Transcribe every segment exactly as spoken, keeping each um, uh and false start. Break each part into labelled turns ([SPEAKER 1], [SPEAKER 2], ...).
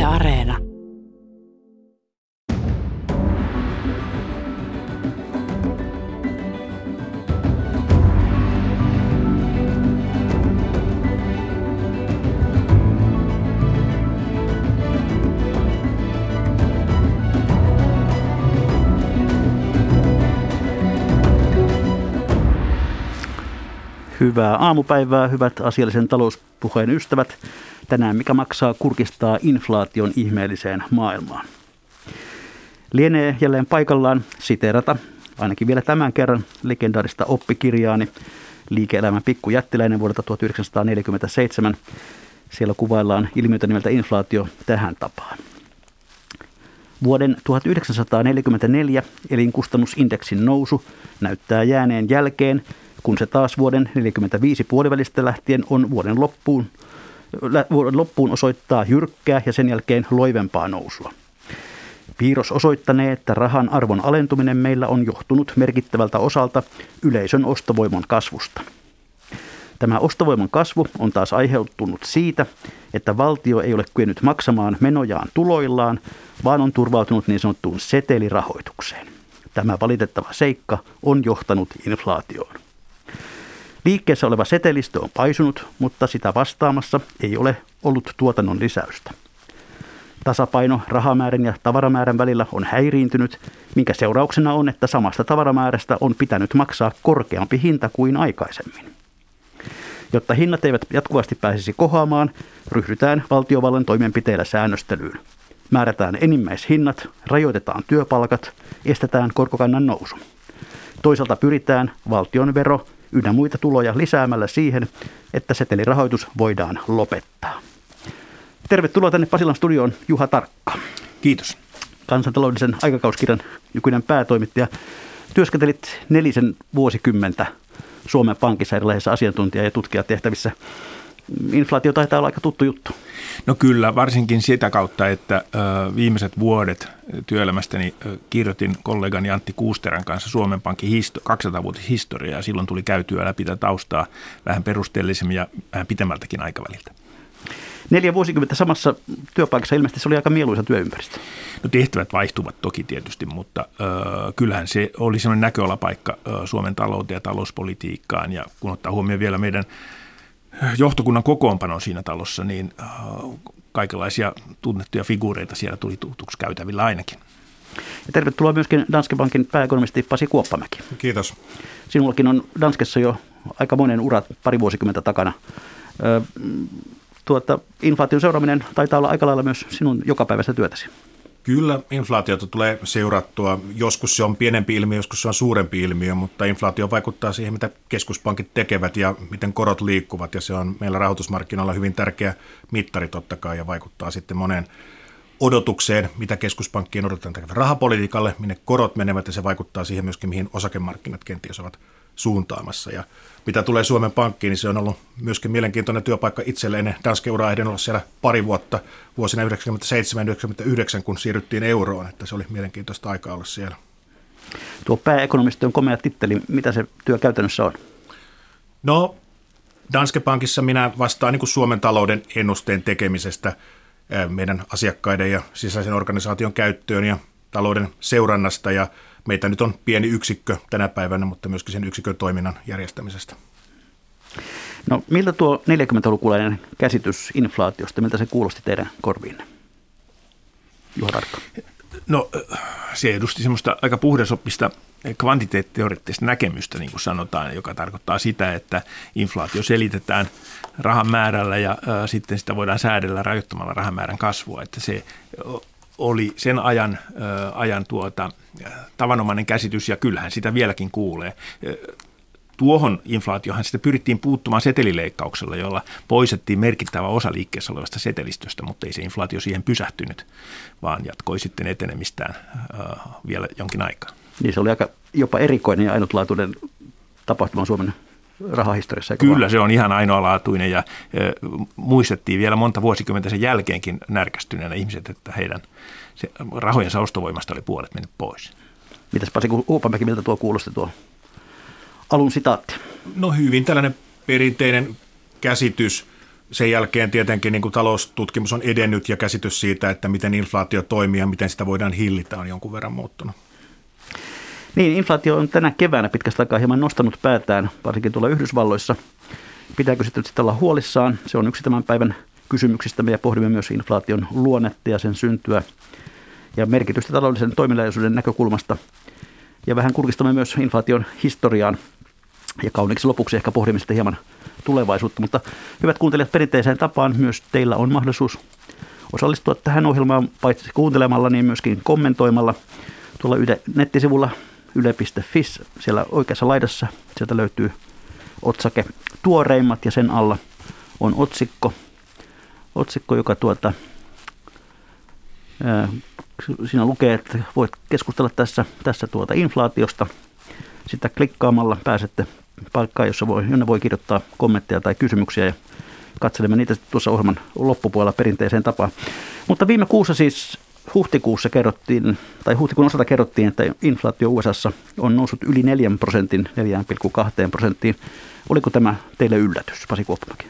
[SPEAKER 1] Areena.
[SPEAKER 2] Hyvää aamupäivää, hyvät asiallisen talouspuheen ystävät. Tänään mikä maksaa kurkistaa inflaation ihmeelliseen maailmaan. Lienee jälleen paikallaan siteerata, ainakin vielä tämän kerran, legendaarista oppikirjaani Liike-elämän pikkujättiläinen vuodelta tuhatyhdeksänsataaneljäkymmentäseitsemän. Siellä kuvaillaan ilmiötä nimeltä inflaatio tähän tapaan. Vuoden tuhatyhdeksänsataaneljäkymmentäneljä elinkustannusindeksin nousu näyttää jääneen jälkeen, kun se taas vuoden neljäkymmentäviisi puolivälistä lähtien on vuoden loppuun, vuoden loppuun osoittaa jyrkkää ja sen jälkeen loivempaa nousua. Piirros osoittanee, että rahan arvon alentuminen meillä on johtunut merkittävältä osalta yleisön ostovoiman kasvusta. Tämä ostovoiman kasvu on taas aiheutunut siitä, että valtio ei ole kyennyt maksamaan menojaan tuloillaan, vaan on turvautunut niin sanottuun setelirahoitukseen. Tämä valitettava seikka on johtanut inflaatioon. Liikkeessä oleva setelistö on paisunut, mutta sitä vastaamassa ei ole ollut tuotannon lisäystä. Tasapaino rahamäärän ja tavaramäärän välillä on häiriintynyt, minkä seurauksena on, että samasta tavaramäärästä on pitänyt maksaa korkeampi hinta kuin aikaisemmin. Jotta hinnat eivät jatkuvasti pääsisi kohoamaan, ryhdytään valtiovallan toimenpiteillä säännöstelyyn. Määrätään enimmäishinnat, rajoitetaan työpalkat, estetään korkokannan nousu. Toisaalta pyritään valtion vero ynnä muita tuloja lisäämällä siihen, että setelirahoitus voidaan lopettaa. Tervetuloa tänne Pasilan studioon, Juha Tarkka.
[SPEAKER 3] Kiitos.
[SPEAKER 2] Kansantaloudellisen aikakauskirjan nykyinen päätoimittaja. Työskentelit nelisen vuosikymmentä Suomen Pankissa erilaisissa asiantuntija- ja tutkijatehtävissä. Inflaatio taitaa olla aika tuttu juttu.
[SPEAKER 3] No kyllä, varsinkin sitä kautta, että ö, viimeiset vuodet työelämästäni ö, kirjoitin kollegani Antti Kuusterän kanssa Suomen Pankin histo- kaksisataa-vuotishistoriaa, ja silloin tuli käytyä läpi tätä taustaa vähän perusteellisemmin ja vähän pitemmältäkin aikaväliltä.
[SPEAKER 2] Neljä vuosikymmentä samassa työpaikassa ilmeisesti se oli aika mieluisa työympäristö.
[SPEAKER 3] No tehtävät vaihtuvat toki tietysti, mutta ö, kyllähän se oli sellainen näköalapaikka ö, Suomen talouteen ja talouspolitiikkaan, ja kun ottaa huomioon vielä meidän johtokunnan kokoonpano siinä talossa, niin äh, kaikenlaisia tunnettuja figuureita siellä tuli tutuksi käytävillä ainakin.
[SPEAKER 2] Ja tervetuloa myöskin Danske Bankin pääekonomisti Pasi Kuoppamäki.
[SPEAKER 4] Kiitos.
[SPEAKER 2] Sinullakin on Danskessa jo aika monen ura pari vuosikymmentä takana. Ö, tuota, inflaation seuraaminen taitaa olla aika lailla myös sinun jokapäiväistä työtäsi.
[SPEAKER 4] Kyllä, inflaatiota tulee seurattua. Joskus se on pienempi ilmiö, joskus se on suurempi ilmiö, mutta inflaatio vaikuttaa siihen, mitä keskuspankit tekevät ja miten korot liikkuvat. Ja se on meillä rahoitusmarkkinoilla hyvin tärkeä mittari totta kai ja vaikuttaa sitten moneen odotukseen, mitä keskuspankkien odotetaan tekevät rahapolitiikalle, minne korot menevät, ja se vaikuttaa siihen myöskin, mihin osakemarkkinat kenties ovat suuntaamassa. Ja mitä tulee Suomen Pankkiin, niin se on ollut myöskin mielenkiintoinen työpaikka itselle. Ennen Danske-uraa ehdin olla siellä pari vuotta, vuosina yhdeksänkymmentäseitsemän yhdeksänkymmentäyhdeksän, kun siirryttiin euroon, että se oli mielenkiintoista aikaa olla siellä.
[SPEAKER 2] Tuo pääekonomisti on komea titteli. Mitä se työ käytännössä on?
[SPEAKER 4] No, Danske Bankissa minä vastaan niin kuin Suomen talouden ennusteen tekemisestä meidän asiakkaiden ja sisäisen organisaation käyttöön ja talouden seurannasta, ja meitä nyt on pieni yksikkö tänä päivänä, mutta myöskin sen yksikön toiminnan järjestämisestä.
[SPEAKER 2] No miltä tuo neljäkymmentälukulainen käsitys inflaatiosta, miltä se kuulosti teidän korviinne? Juha Tarkka.
[SPEAKER 3] No se edusti semmoista aika puhdasoppista kvantiteettiteoreettista näkemystä, niin kuin sanotaan, joka tarkoittaa sitä, että inflaatio selitetään rahan määrällä ja ä, sitten sitä voidaan säädellä rajoittamalla rahan määrän kasvua, että se oli sen ajan, ä, ajan tuota, tavanomainen käsitys, ja kyllähän sitä vieläkin kuulee. Tuohon inflaatiohan sitä pyrittiin puuttumaan setelileikkauksella, jolla poistettiin merkittävä osa liikkeessä olevasta setelistöstä, mutta ei se inflaatio siihen pysähtynyt, vaan jatkoi sitten etenemistään äh, vielä jonkin aikaa.
[SPEAKER 2] Niin se oli aika jopa erikoinen ja ainutlaatuinen tapahtuma Suomen rahahistoriassa.
[SPEAKER 3] Kyllä,
[SPEAKER 2] vaan?
[SPEAKER 3] Se on ihan ainoalaatuinen, ja äh, muistettiin vielä monta vuosikymmentä sen jälkeenkin närkästyneenä ihmiset, että heidän se, rahojensa ostovoimasta oli puolet mennyt pois.
[SPEAKER 2] Mitäs Pasi Kuoppamäki, miltä tuo kuulosti tuo alun sitaatti?
[SPEAKER 4] No hyvin tällainen perinteinen käsitys. sen jälkeen tietenkin niin kuin taloustutkimus on edennyt ja käsitys siitä, että miten inflaatio toimii ja miten sitä voidaan hillitä, on jonkun verran muuttunut.
[SPEAKER 2] Niin, inflaatio on tänä keväänä pitkästä aikaa hieman nostanut päätään, varsinkin tuolla Yhdysvalloissa. Pitääkö sitten, sitten olla huolissaan? Se on yksi tämän päivän kysymyksistä. Me pohdimme myös inflaation luonnetta ja sen syntyä ja merkitystä taloudellisen toimeliaisuuden näkökulmasta. Ja vähän kurkistamme myös inflaation historiaan. Ja kauniiksi lopuksi ehkä pohdimme sitten hieman tulevaisuutta. Mutta hyvät kuuntelijat, perinteiseen tapaan myös teillä on mahdollisuus osallistua tähän ohjelmaan paitsi kuuntelemalla, niin myöskin kommentoimalla. Tuolla Yle nettisivulla yle piste fi, siellä oikeassa laidassa, sieltä löytyy otsake tuoreimmat ja sen alla on otsikko, otsikko joka tuota, ää, siinä lukee, että voit keskustella tässä, tässä tuota inflaatiosta. Sitä klikkaamalla pääsette paikkaan, jossa voi, jonne voi kirjoittaa kommentteja tai kysymyksiä ja katselemme niitä tuossa ohjelman loppupuolella perinteiseen tapaan. Mutta viime kuussa siis huhtikuussa kerrottiin, tai huhtikuun osalta kerrottiin, että inflaatio U S A:ssa on noussut yli neljän prosentin, neljä pilkku kaksi prosenttiin. Oliko tämä teille yllätys, Pasi Kuoppamäki?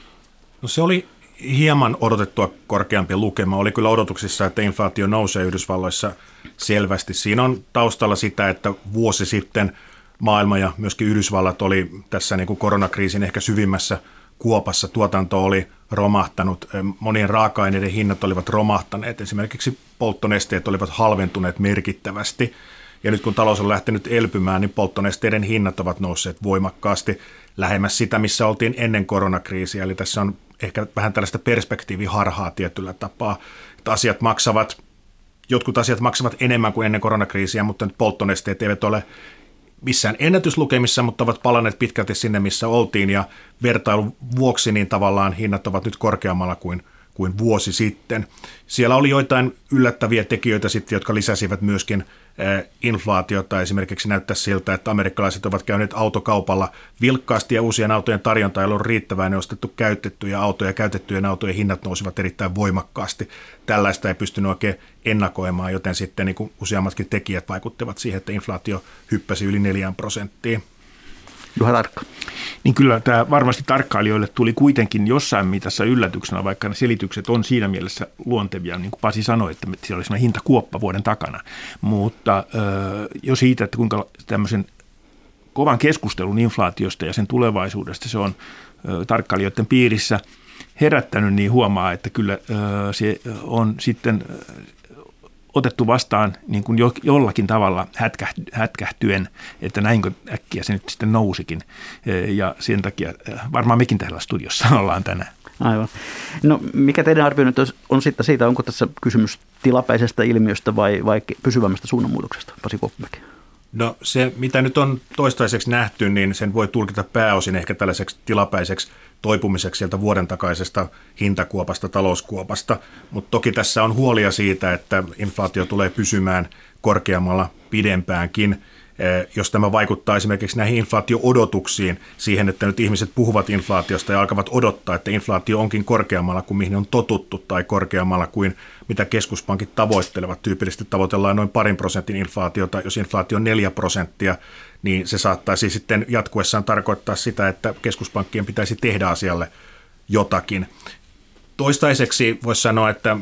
[SPEAKER 4] No se oli hieman odotettua korkeampi lukema. Oli kyllä odotuksissa, että inflaatio nousee Yhdysvalloissa selvästi. Siinä on taustalla sitä, että vuosi sitten maailma ja myöskin Yhdysvallat oli tässä niin kuin koronakriisin ehkä syvimmässä kuopassa. Tuotanto oli romahtanut, monien raaka-aineiden hinnat olivat romahtaneet. Esimerkiksi polttonesteet olivat halventuneet merkittävästi. Ja nyt kun talous on lähtenyt elpymään, niin polttonesteiden hinnat ovat nousseet voimakkaasti lähemmäs sitä, missä oltiin ennen koronakriisiä. Eli tässä on ehkä vähän tällaista perspektiiviharhaa tietyllä tapaa, että asiat maksavat, jotkut asiat maksavat enemmän kuin ennen koronakriisiä, mutta nyt polttonesteet eivät ole missään ennätyslukemissa, mutta ovat palanneet pitkälti sinne, missä oltiin, ja vertailun vuoksi niin tavallaan hinnat ovat nyt korkeammalla kuin, kuin vuosi sitten. Siellä oli joitain yllättäviä tekijöitä sitten, jotka lisäsivät myöskin inflaatiota. Esimerkiksi näyttää siltä, että amerikkalaiset ovat käyneet autokaupalla vilkkaasti ja uusien autojen tarjonta ei ollut riittävää. Ne on ostettu käytettyjä autoja ja käytettyjen autojen hinnat nousivat erittäin voimakkaasti. Tällaista ei pystynyt oikein ennakoimaan, joten sitten niin kuin useammatkin tekijät vaikuttivat siihen, että inflaatio hyppäsi yli neljään prosenttiin.
[SPEAKER 2] Juha Tarkka.
[SPEAKER 3] Niin kyllä tämä varmasti tarkkailijoille tuli kuitenkin jossain mitassa yllätyksenä, vaikka ne selitykset on siinä mielessä luontevia, niin kuin Pasi sanoi, että siellä oli sellainen hintakuoppa vuoden takana. Mutta jo siitä, että kuinka tämmöisen kovan keskustelun inflaatiosta ja sen tulevaisuudesta se on tarkkailijoiden piirissä herättänyt, niin huomaa, että kyllä se on sitten otettu vastaan niin kuin jo, jollakin tavalla hätkä, hätkähtyen, että näinkö äkkiä se nyt sitten nousikin. Ja sen takia varmaan mekin täällä studiossa ollaan tänään.
[SPEAKER 2] Aivan. No mikä teidän arvio nyt on sitten siitä, onko tässä kysymys tilapäisestä ilmiöstä vai, vai pysyvämmästä suunnanmuutoksesta, Pasi Kuoppamäki?
[SPEAKER 4] No se, mitä nyt on toistaiseksi nähty, niin sen voi tulkita pääosin ehkä tällaiseksi tilapäiseksi toipumiseksi sieltä vuoden takaisesta hintakuopasta, talouskuopasta, mutta toki tässä on huolia siitä, että inflaatio tulee pysymään korkeammalla pidempäänkin. Jos tämä vaikuttaa esimerkiksi näihin inflaatio-odotuksiin, siihen, että nyt ihmiset puhuvat inflaatiosta ja alkavat odottaa, että inflaatio onkin korkeammalla kuin mihin on totuttu tai korkeammalla kuin mitä keskuspankit tavoittelevat. Tyypillisesti tavoitellaan noin parin prosentin inflaatiota. Jos inflaatio on neljä prosenttia, niin se saattaisi sitten jatkuessaan tarkoittaa sitä, että keskuspankkien pitäisi tehdä asialle jotakin. Toistaiseksi voisi sanoa, että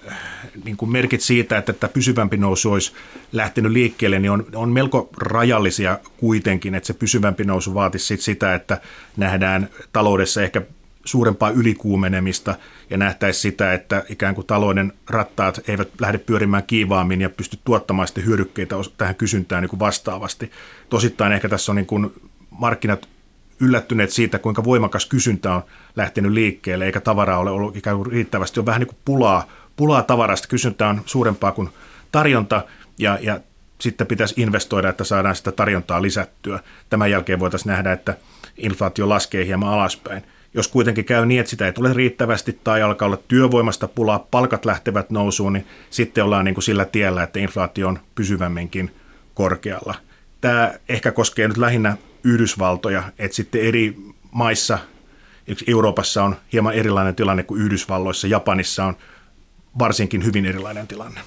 [SPEAKER 4] niin kuin merkit siitä, että tämä pysyvämpi nousu olisi lähtenyt liikkeelle, niin on, on melko rajallisia kuitenkin, että se pysyvämpi nousu vaatisi sit sitä, että nähdään taloudessa ehkä suurempaa ylikuumenemista ja nähtäisi sitä, että ikään kuin talouden rattaat eivät lähde pyörimään kiivaammin ja pysty tuottamaan sitten hyödykkeitä tähän kysyntään niin kuin vastaavasti. Tosittain ehkä tässä on niin kuin markkinat yllättyneet siitä, kuinka voimakas kysyntä on lähtenyt liikkeelle, eikä tavaraa ole ollut ikään kuin riittävästi. On vähän niin kuin pulaa, pulaa tavarasta, kysyntä on suurempaa kuin tarjonta, ja, ja sitten pitäisi investoida, että saadaan sitä tarjontaa lisättyä. Tämän jälkeen voitaisiin nähdä, että inflaatio laskee hieman alaspäin. Jos kuitenkin käy niin, että sitä ei tule riittävästi tai alkaa olla työvoimasta pulaa, palkat lähtevät nousuun, niin sitten ollaan niin kuin sillä tiellä, että inflaatio on pysyvämminkin korkealla. Tämä ehkä koskee nyt lähinnä Yhdysvaltoja, että sitten eri maissa, Euroopassa on hieman erilainen tilanne kuin Yhdysvalloissa, Japanissa on varsinkin hyvin erilainen tilanne.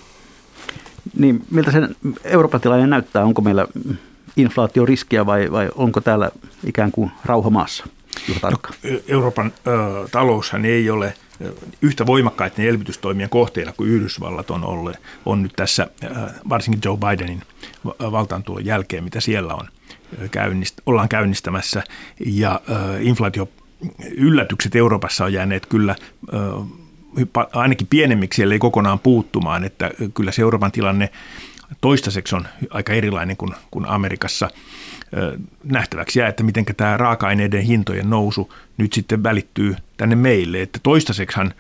[SPEAKER 2] Niin, miltä se Euroopan tilanne näyttää? Onko meillä inflaatioriskiä vai, vai onko täällä ikään kuin rauha maassa? No,
[SPEAKER 3] Euroopan ö, taloushan ei ole yhtä voimakkaiden elvytystoimien kohteena kuin Yhdysvallat on ollut, on nyt tässä varsinkin Joe Bidenin valtaantulon jälkeen, mitä siellä on käynnist, ollaan käynnistämässä. Ja äh, inflaatio-yllätykset Euroopassa on jääneet kyllä äh, ainakin pienemmiksi, ellei kokonaan puuttumaan, että kyllä se Euroopan tilanne toistaiseksi on aika erilainen kuin, kuin Amerikassa. Nähtäväksi jää, että miten tämä raaka-aineiden hintojen nousu nyt sitten välittyy tänne meille. Että toistaiseksihan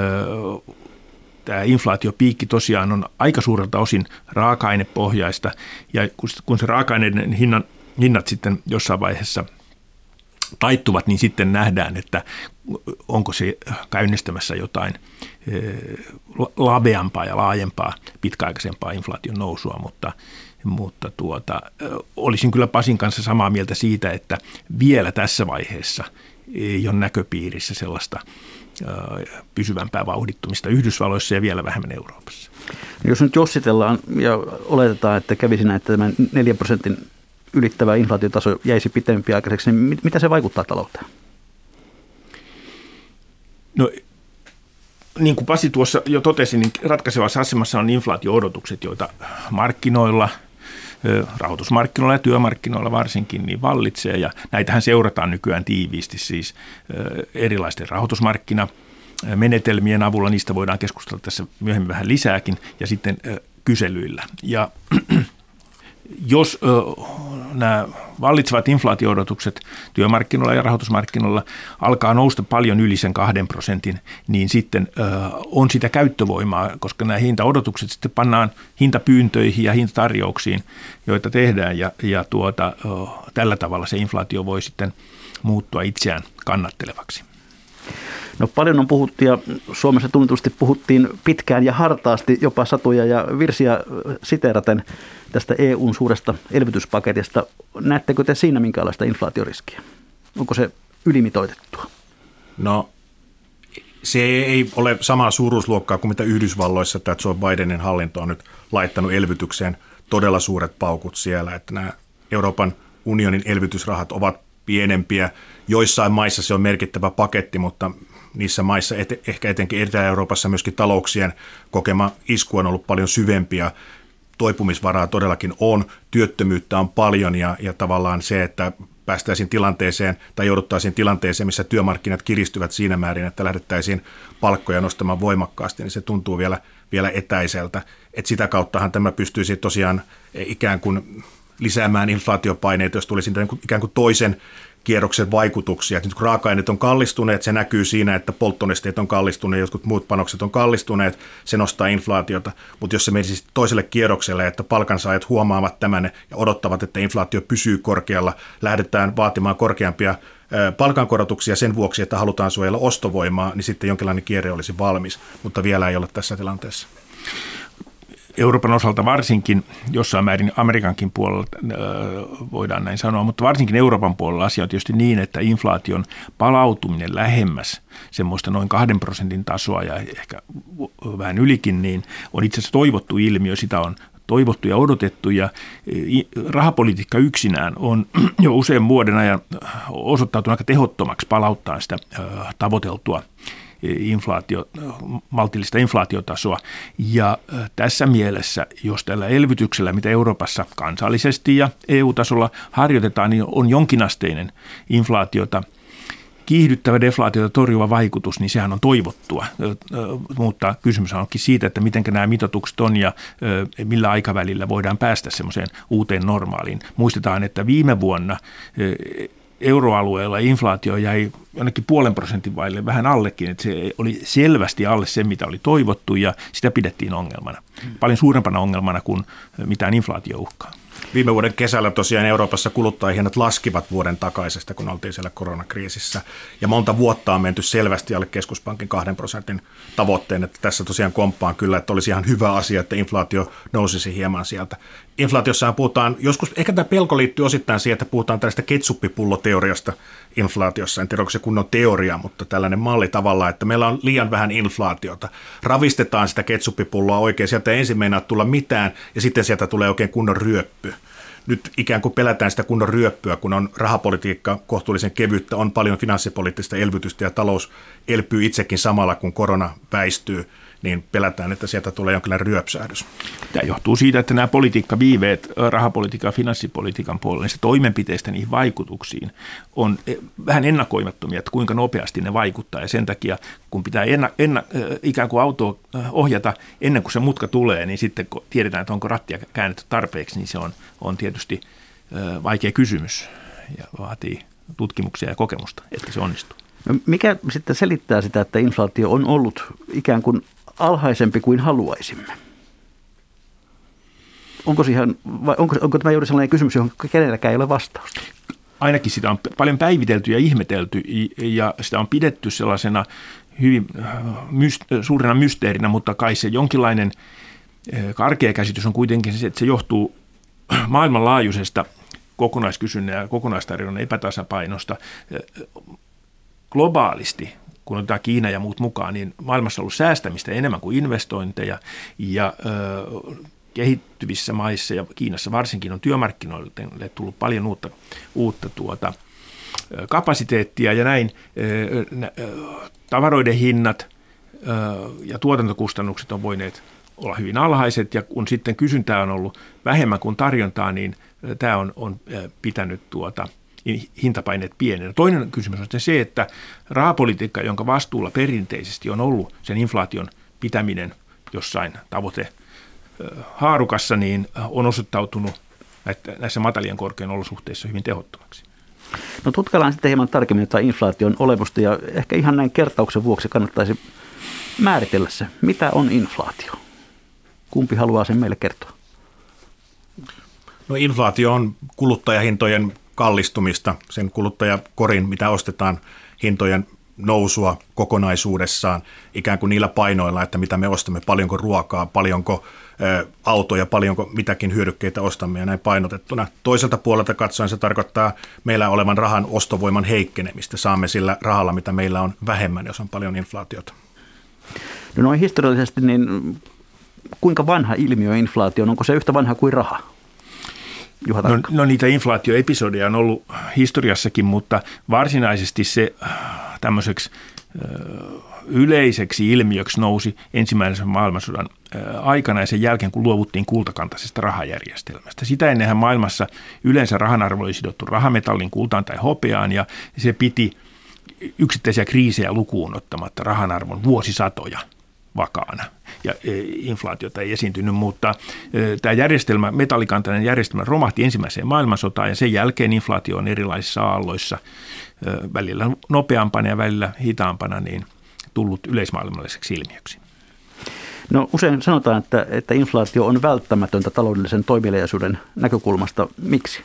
[SPEAKER 3] tämä inflaatiopiikki tosiaan on aika suurelta osin raaka-ainepohjaista, ja kun se raaka-aineiden hinnan, hinnat sitten jossain vaiheessa taittuvat, niin sitten nähdään, että onko se käynnistämässä jotain laveampaa ja laajempaa, pitkäaikaisempaa inflaation nousua, mutta Mutta tuota, olisin kyllä Pasin kanssa samaa mieltä siitä, että vielä tässä vaiheessa ei ole näköpiirissä sellaista pysyvämpää vauhdittumista Yhdysvalloissa ja vielä vähemmän Euroopassa.
[SPEAKER 2] Jos nyt jossitellaan ja oletetaan, että kävisi näin, että tämän neljän prosentin ylittävä inflaatiotaso jäisi pitempiaikaiseksi, niin mitä se vaikuttaa talouteen?
[SPEAKER 3] No, niin kuin Pasi tuossa jo totesi, niin ratkaisevassa asemassa on inflaatio-odotukset, joita markkinoilla, rahoitusmarkkinoilla ja työmarkkinoilla varsinkin, niin vallitsee. Ja näitähän seurataan nykyään tiiviisti siis erilaisten rahoitusmarkkinamenetelmien avulla. Niistä voidaan keskustella tässä myöhemmin vähän lisääkin, ja sitten kyselyillä. Ja jos ö, nämä vallitsevat inflaatio-odotukset työmarkkinoilla ja rahoitusmarkkinoilla alkaa nousta paljon yli sen kahden prosentin, niin sitten ö, on sitä käyttövoimaa, koska nämä hintaodotukset sitten pannaan hintapyyntöihin ja hintatarjouksiin, joita tehdään, ja, ja tuota, ö, tällä tavalla se inflaatio voi sitten muuttua itseään kannattelevaksi.
[SPEAKER 2] No paljon on puhuttu, ja Suomessa tunnetusti puhuttiin pitkään ja hartaasti, jopa satuja ja virsiä siteeraten tästä E U:n suuresta elvytyspaketista. Näettekö te siinä minkälaista inflaatioriskiä? Onko se ylimitoitettua?
[SPEAKER 4] No se ei ole samaa suuruusluokkaa kuin mitä Yhdysvalloissa tämä Joe Bidenin hallinto on nyt laittanut elvytykseen todella suuret paukut siellä, että nämä Euroopan unionin elvytysrahat ovat pienempiä. Joissain maissa se on merkittävä paketti, mutta niissä maissa, et, ehkä etenkin Etelä-Euroopassa myöskin talouksien kokema isku on ollut paljon syvempiä. Toipumisvaraa todellakin on, työttömyyttä on paljon, ja, ja tavallaan se, että päästäisiin tilanteeseen tai jouduttaisiin tilanteeseen, missä työmarkkinat kiristyvät siinä määrin, että lähdettäisiin palkkoja nostamaan voimakkaasti, niin se tuntuu vielä, vielä etäiseltä. Et sitä kauttahan tämä pystyisi tosiaan ikään kuin lisäämään inflaatiopaineita, jos tulisi ikään kuin toisen kierroksen vaikutuksia. Nyt kun raaka-aineet on kallistuneet, se näkyy siinä, että polttonesteet on kallistuneet, jotkut muut panokset on kallistuneet, se nostaa inflaatiota. Mutta jos se menisi toiselle kierrokselle, että palkansaajat huomaavat tämän ja odottavat, että inflaatio pysyy korkealla, lähdetään vaatimaan korkeampia palkankorotuksia sen vuoksi, että halutaan suojella ostovoimaa, niin sitten jonkinlainen kierre olisi valmis, mutta vielä ei ole tässä tilanteessa.
[SPEAKER 3] Euroopan osalta varsinkin, jossain määrin Amerikankin puolella voidaan näin sanoa, mutta varsinkin Euroopan puolella asia on tietysti niin, että inflaation palautuminen lähemmäs semmoista noin kahden prosentin tasoa ja ehkä vähän ylikin, niin on itse asiassa toivottu ilmiö, sitä on toivottu ja odotettu, ja rahapolitiikka yksinään on jo usean vuoden ajan osoittautunut aika tehottomaksi palauttaa sitä tavoiteltua inflaatio, maltillista inflaatiotasoa. Ja tässä mielessä, jos tällä elvytyksellä, mitä Euroopassa kansallisesti ja E U-tasolla harjoitetaan, niin on jonkinasteinen inflaatiota kiihdyttävä, deflaatiota torjuva vaikutus, niin sehän on toivottua. Mutta kysymys onkin siitä, että miten nämä mitoitukset on ja millä aikavälillä voidaan päästä semmoiseen uuteen normaaliin. Muistetaan, että viime vuonna euroalueella inflaatio jäi jonnekin puolen prosentin vaille, vähän allekin, että se oli selvästi alle se, mitä oli toivottu, ja sitä pidettiin ongelmana. Paljon suurempana ongelmana kuin mitään inflaatiouhkaa.
[SPEAKER 4] Viime vuoden kesällä tosiaan Euroopassa kuluttajahinnat laskivat vuoden takaisesta, kun oltiin siellä koronakriisissä. Ja monta vuotta on menty selvästi alle keskuspankin kahden prosentin tavoitteen, että tässä tosiaan komppaan kyllä, että olisi ihan hyvä asia, että inflaatio nousisi hieman sieltä. Inflaatiossahan puhutaan, joskus ehkä tämä pelko liittyy osittain siihen, että puhutaan tällaista ketsuppipulloteoriasta inflaatiossa. En tiedä, onko se kunnon teoria, mutta tällainen malli tavallaan, että meillä on liian vähän inflaatiota. Ravistetaan sitä ketsuppipulloa oikein, sieltä ei ensin meinaa tulla mitään, ja sitten sieltä tulee oikein kunnon ryöppy. nyt ikään kuin pelätään sitä kunnon ryöppyä, kun on rahapolitiikka kohtuullisen kevyttä, on paljon finanssipoliittista elvytystä ja talous elpyy itsekin samalla, kun korona väistyy, niin pelätään, että sieltä tulee jonkinlainen ryöpsähdys.
[SPEAKER 3] Tämä johtuu siitä, että nämä politiikkaviiveet rahapolitiikan ja finanssipolitiikan puolella, niistä toimenpiteistä niihin vaikutuksiin on vähän ennakoimattomia, että kuinka nopeasti ne vaikuttaa. Ja sen takia, kun pitää enna, enna, ikään kuin autoa ohjata ennen kuin se mutka tulee, niin sitten kun tiedetään, että onko rattia käännetty tarpeeksi, niin se on, on tietysti vaikea kysymys ja vaatii tutkimuksia ja kokemusta, että se onnistuu.
[SPEAKER 2] No mikä sitten selittää sitä, että inflaatio on ollut ikään kuin alhaisempi kuin haluaisimme? Onko, siihen, vai onko, onko tämä juuri sellainen kysymys, johon kenelläkään ei ole vastausta?
[SPEAKER 3] Ainakin sitä on paljon päivitelty ja ihmetelty ja sitä on pidetty sellaisena hyvin myst- suurena mysteerinä, mutta kai se jonkinlainen karkea käsitys on kuitenkin se, että se johtuu maailmanlaajuisesta kokonaiskysynnän ja kokonaistarjonnan epätasapainosta. Globaalisti, kun otetaan Kiina ja muut mukaan, niin maailmassa on ollut säästämistä enemmän kuin investointeja ja ö, kehittyvissä maissa ja Kiinassa varsinkin on työmarkkinoille tullut paljon uutta, uutta tuota, kapasiteettia ja näin ö, tavaroiden hinnat ö, ja tuotantokustannukset on voineet olla hyvin alhaiset ja kun sitten kysyntää on ollut vähemmän kuin tarjontaa, niin tämä on, on pitänyt tuota hintapaineet pienenä. Toinen kysymys on se, että rahapolitiikka, jonka vastuulla perinteisesti on ollut sen inflaation pitäminen jossain tavoitehaarukassa, niin on osoittautunut näissä matalien korkean olosuhteissa hyvin tehottomaksi.
[SPEAKER 2] No tutkaillaan sitten hieman tarkemmin jotain inflaation olemusta ja ehkä ihan näin kertauksen vuoksi kannattaisi määritellä se, mitä on inflaatio. Kumpi haluaa sen meille kertoa?
[SPEAKER 4] No inflaatio on kuluttajahintojen kallistumista, sen kuluttajakorin, mitä ostetaan, hintojen nousua kokonaisuudessaan, ikään kuin niillä painoilla, että mitä me ostamme, paljonko ruokaa, paljonko ä, autoja, paljonko mitäkin hyödykkeitä ostamme ja näin painotettuna. Toiselta puolelta katsoen se tarkoittaa meillä olevan rahan ostovoiman heikkenemistä. Saamme sillä rahalla, mitä meillä on vähemmän, jos on paljon inflaatiota.
[SPEAKER 2] No noin historiallisesti, niin kuinka vanha ilmiö inflaatio on? Onko se yhtä vanha kuin raha?
[SPEAKER 3] No, no niitä inflaatioepisodeja on ollut historiassakin, mutta varsinaisesti se tämmöiseksi yleiseksi ilmiöksi nousi ensimmäisen maailmansodan aikana ja sen jälkeen, kun luovuttiin kultakantaisesta rahajärjestelmästä. Sitä ennenhän maailmassa yleensä rahan arvo oli sidottu rahametallin, kultaan tai hopeaan ja se piti yksittäisiä kriisejä lukuun ottamatta rahan arvon vuosisatoja vakaana. Ja inflaatiota ei esiintynyt, mutta tämä järjestelmä, metallikantainen järjestelmä romahti ensimmäiseen maailmansotaan ja sen jälkeen inflaatio on erilaisissa aalloissa, välillä nopeampana ja välillä hitaampana, niin tullut yleismaailmalliseksi ilmiöksi.
[SPEAKER 2] No usein sanotaan, että, että inflaatio on välttämätöntä taloudellisen toimeliaisuuden näkökulmasta. Miksi?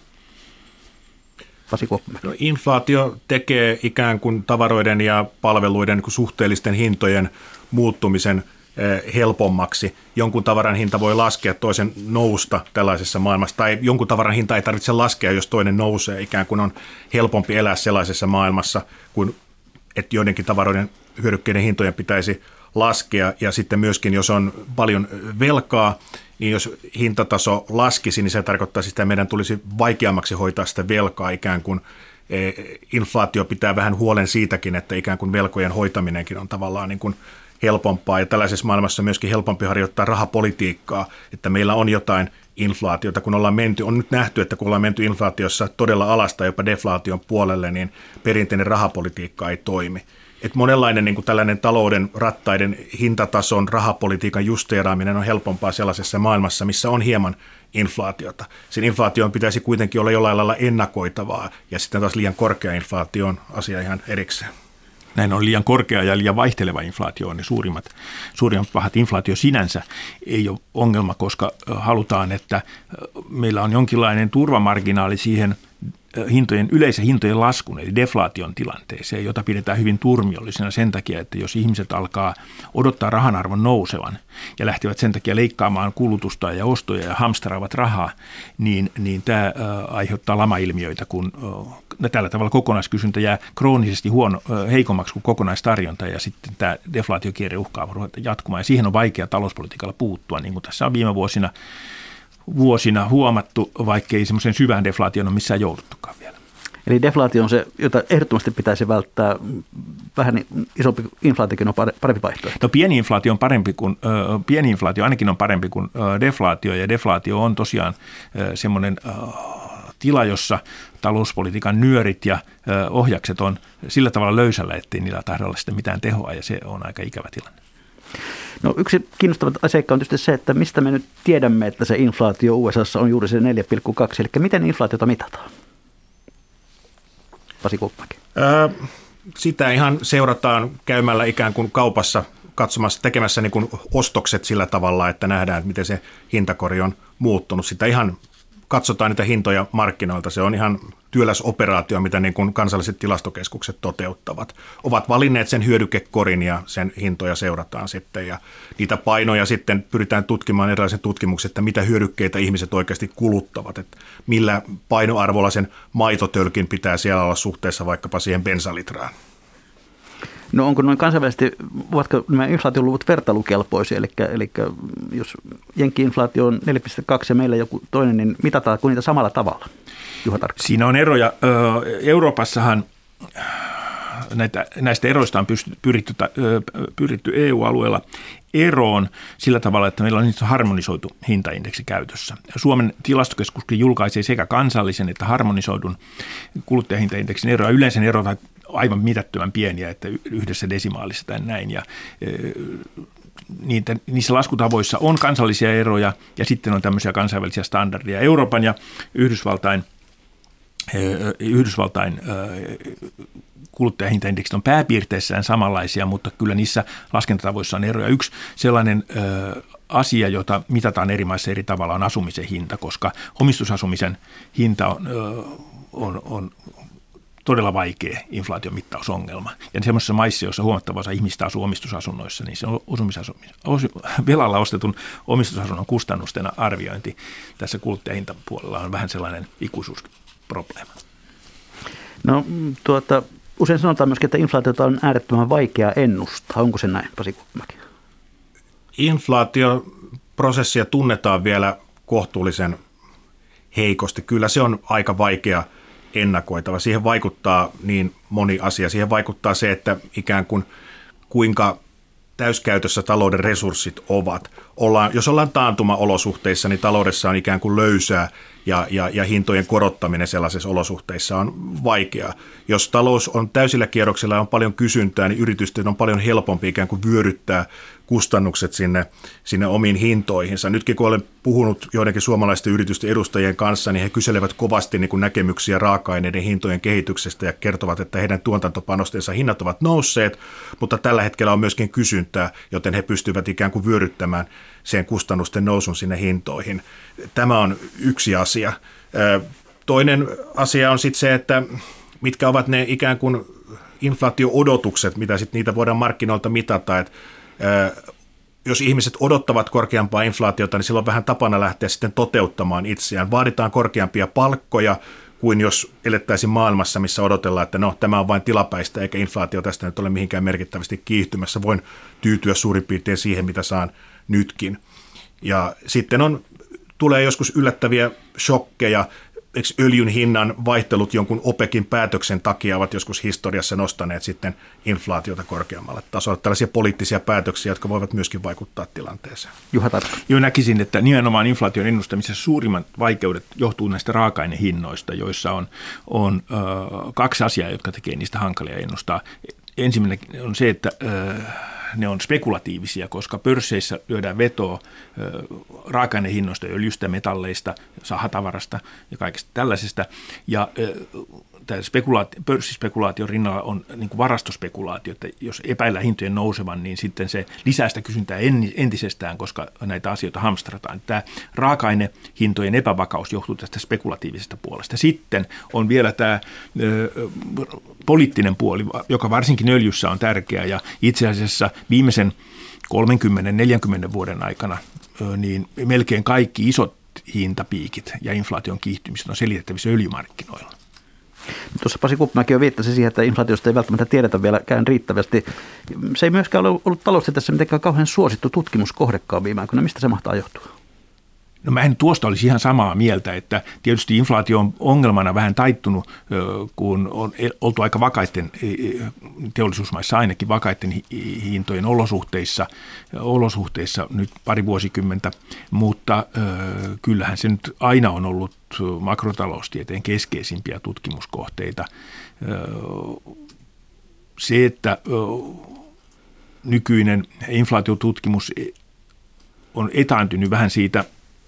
[SPEAKER 2] Pasi Kuoppamäki.
[SPEAKER 4] No, inflaatio tekee ikään kuin tavaroiden ja palveluiden niin kuin suhteellisten hintojen muuttumisen helpommaksi. Jonkun tavaran hinta voi laskea, toisen nousta tällaisessa maailmassa, tai jonkun tavaran hinta ei tarvitse laskea, jos toinen nousee. Ikään kuin on helpompi elää sellaisessa maailmassa, kuin että joidenkin tavaroiden hyödykkeiden hintojen pitäisi laskea. Ja sitten myöskin, jos on paljon velkaa, niin jos hintataso laskisi, niin se tarkoittaa sitä, että meidän tulisi vaikeammaksi hoitaa sitä velkaa ikään kuin. Inflaatio pitää vähän huolen siitäkin, että ikään kuin velkojen hoitaminenkin on tavallaan niin kuin helpompaa ja tällaisessa maailmassa on myöskin helpompi harjoittaa rahapolitiikkaa, että meillä on jotain inflaatiota, kun ollaan menty, on nyt nähty, että kun ollaan menty inflaatiossa todella alasta jopa deflaation puolelle, niin perinteinen rahapolitiikka ei toimi. Että monenlainen niin kuin tällainen talouden rattaiden hintatason rahapolitiikan justeeraaminen on helpompaa sellaisessa maailmassa, missä on hieman inflaatiota. Sen inflaation pitäisi kuitenkin olla jollain lailla ennakoitavaa ja sitten taas liian korkea inflaatio on asia ihan erikseen.
[SPEAKER 3] Näin on liian korkea ja liian vaihteleva inflaatio on ne suurimmat, suurimmat pahat. Inflaatio sinänsä ei ole ongelma, koska halutaan, että meillä on jonkinlainen turvamarginaali siihen hintojen, yleisen hintojen laskun, eli deflaation tilanteeseen, jota pidetään hyvin turmiollisena sen takia, että jos ihmiset alkaa odottaa rahan arvon nousevan ja lähtevät sen takia leikkaamaan kulutusta ja ostoja ja hamsteraavat rahaa, niin, niin tämä ä, aiheuttaa lamailmiöitä, kun ä, tällä tavalla kokonaiskysyntä jää kroonisesti huono, ä, heikommaksi kuin kokonaistarjonta ja sitten tämä deflaatiokierre uhkaa ruveta jatkumaan ja siihen on vaikea talouspolitiikalla puuttua, niin kuin tässä on viime vuosina vuosina huomattu, vaikkei semmoisen syvään deflaation ole missään jouduttukaan vielä.
[SPEAKER 2] Eli deflaatio on se, jota ehdottomasti pitäisi välttää. Vähän isompi inflaatiokin on parempi vaihtoehto.
[SPEAKER 3] No pieni inflaatio on parempi kuin, ö, pieni inflaatio ainakin on parempi kuin ö, deflaatio, ja deflaatio on tosiaan ö, semmoinen ö, tila, jossa talouspolitiikan nyörit ja ö, ohjakset on sillä tavalla löysällä, ettei niillä tahdo olla sitten mitään tehoa, ja se on aika ikävä tilanne.
[SPEAKER 2] No yksi kiinnostava seikka on tietysti se, että mistä me nyt tiedämme, että se inflaatio U S A:ssa on juuri se neljä pilkku kaksi, eli miten inflaatiota mitataan? Pasi Kuoppamäki.
[SPEAKER 4] Öö, sitä ihan seurataan käymällä ikään kuin kaupassa katsomassa, tekemässä niin kuin ostokset sillä tavalla, että nähdään, että miten se hintakori on muuttunut. Sitä ihan katsotaan niitä hintoja markkinoilta. Se on ihan työläs operaatio, mitä niin kuin kansalliset tilastokeskukset toteuttavat. Ovat valinneet sen hyödykekorin ja sen hintoja seurataan sitten. Ja niitä painoja sitten pyritään tutkimaan erilaisen tutkimuksen, että mitä hyödykkeitä ihmiset oikeasti kuluttavat. Että millä painoarvolla sen maitotölkin pitää siellä olla suhteessa vaikkapa siihen bensalitraan.
[SPEAKER 2] No onko noin kansainvälisesti, ovatko nämä inflaatioluvut vertailukelpoisia, eli, eli jos jenkki-inflaatio on neljä pilkku kaksi ja meillä joku toinen, niin mitataanko niitä samalla tavalla? Juha Tarkka.
[SPEAKER 3] Siinä on eroja. Euroopassahan näitä, näistä eroista on pyritty, pyritty E U-alueella eroon sillä tavalla, että meillä on nyt harmonisoitu hintaindeksi käytössä. Suomen tilastokeskuskin julkaisee sekä kansallisen että harmonisoidun kuluttajahintaindeksin eroja. Yleensä ne erot aivan mitättömän pieniä, että yhdessä desimaalissa tai näin. Ja niitä, niissä laskutavoissa on kansallisia eroja ja sitten on tämmöisiä kansainvälisiä standardeja. Euroopan ja Yhdysvaltain, Yhdysvaltain kuluttajahintaindeksit on pääpiirteissään samanlaisia, mutta kyllä niissä laskentatavoissa on eroja. Yksi sellainen asia, jota mitataan eri maissa eri tavalla, on asumisen hinta, koska omistusasumisen hinta on, on, on todella vaikea inflaatiomittausongelma. Ja semmoisessa maissa, joissa huomattava osa ihmistä asuu omistusasunnoissa, niin se on velalla ostetun omistusasunnon kustannusten arviointi tässä kuluttajahintapuolella on vähän sellainen ikuisuusprobleema. No
[SPEAKER 2] tuota, usein sanotaan myöskin, että inflaatiota on äärettömän vaikea ennustaa. Onko se näin, Pasi Kuoppamäki?
[SPEAKER 4] Inflaatioprosessia tunnetaan vielä kohtuullisen heikosti. Kyllä se on aika vaikea ennakoitava. Siihen vaikuttaa niin moni asia. Siihen vaikuttaa se, että ikään kuin kuinka täyskäytössä talouden resurssit ovat. Ollaan, jos ollaan taantuma-olosuhteissa, niin taloudessa on ikään kuin löysää ja, ja, ja hintojen korottaminen sellaisissa olosuhteissa on vaikeaa. Jos talous on täysillä kierroksilla ja on paljon kysyntää, niin yritysten on paljon helpompi ikään kuin vyöryttää kustannukset sinne, sinne omiin hintoihinsa. Nytkin kun olen puhunut joidenkin suomalaisten yritysten edustajien kanssa, niin he kyselevät kovasti niin kuin näkemyksiä raaka-aineiden hintojen kehityksestä ja kertovat, että heidän tuotantopanostensa hinnat ovat nousseet, mutta tällä hetkellä on myöskin kysyntää, joten he pystyvät ikään kuin vyöryttämään sen kustannusten nousun sinne hintoihin. Tämä on yksi asia. Toinen asia on sitten se, että mitkä ovat ne ikään kuin inflaatio-odotukset, mitä sitten niitä voidaan markkinoilta mitata, että jos ihmiset odottavat korkeampaa inflaatiota, niin silloin on vähän tapana lähteä sitten toteuttamaan itseään. Vaaditaan korkeampia palkkoja kuin jos elettäisiin maailmassa, missä odotellaan, että no, tämä on vain tilapäistä, eikä inflaatio tästä nyt ole mihinkään merkittävästi kiihtymässä. Voin tyytyä suurin piirtein siihen, mitä saan nytkin. Ja sitten on, tulee joskus yllättäviä shokkeja. Eikö öljyn hinnan vaihtelut jonkun OPECin päätöksen takia ovat joskus historiassa nostaneet sitten inflaatiota korkeammalle tasolle. Tällaisia poliittisia päätöksiä, jotka voivat myöskin vaikuttaa tilanteeseen.
[SPEAKER 2] Juha Tarkka.
[SPEAKER 3] Joo, näkisin, että nimenomaan inflaation ennustamisessa suurimmat vaikeudet johtuu näistä raaka-ainehinnoista, joissa on, on ö, kaksi asiaa, jotka tekee niistä hankalia ennustaa. Ensimmäinen on se, että ö, ne on spekulatiivisia, koska pörsseissä lyödään vetoa raaka-ainehinnoista, öljystä, metalleista, sahatavarasta ja kaikesta tällaisesta. Ja tämä spekulaatio, pörssispekulaation rinnalla on niin kuin varastospekulaatio, että jos epäillään hintojen nousevan, niin sitten se lisää sitä kysyntää entisestään, koska näitä asioita hamstrataan. Tämä raaka-ainehintojen epävakaus johtuu tästä spekulatiivisesta puolesta. Sitten on vielä tämä ö, poliittinen puoli, joka varsinkin öljyssä on tärkeä, ja itse asiassa viimeisen kolmekymmentä neljäkymmentä vuoden aikana niin melkein kaikki isot hintapiikit ja inflaation kiihtymiset on selitettävissä öljymarkkinoilla.
[SPEAKER 2] Tuossa Pasi Kuoppamäki jo viittasi siihen, että inflaatiosta ei välttämättä tiedetä vieläkään riittävästi. Se ei myöskään ole ollut taloustieteessä mitenkään kauhean suosittu tutkimuskohdekaan viime aikoina. Mistä se mahtaa johtua?
[SPEAKER 3] No mä en tuosta olisi ihan samaa mieltä, että tietysti inflaatio on ongelmana vähän taittunut, kun on oltu aika vakaitten, teollisuusmaissa ainakin vakaitten hintojen olosuhteissa, olosuhteissa nyt pari vuosikymmentä, mutta kyllähän se nyt aina on ollut makrotaloustieteen keskeisimpiä tutkimuskohteita. Se, että nykyinen inflaatiotutkimus on etääntynyt vähän siitä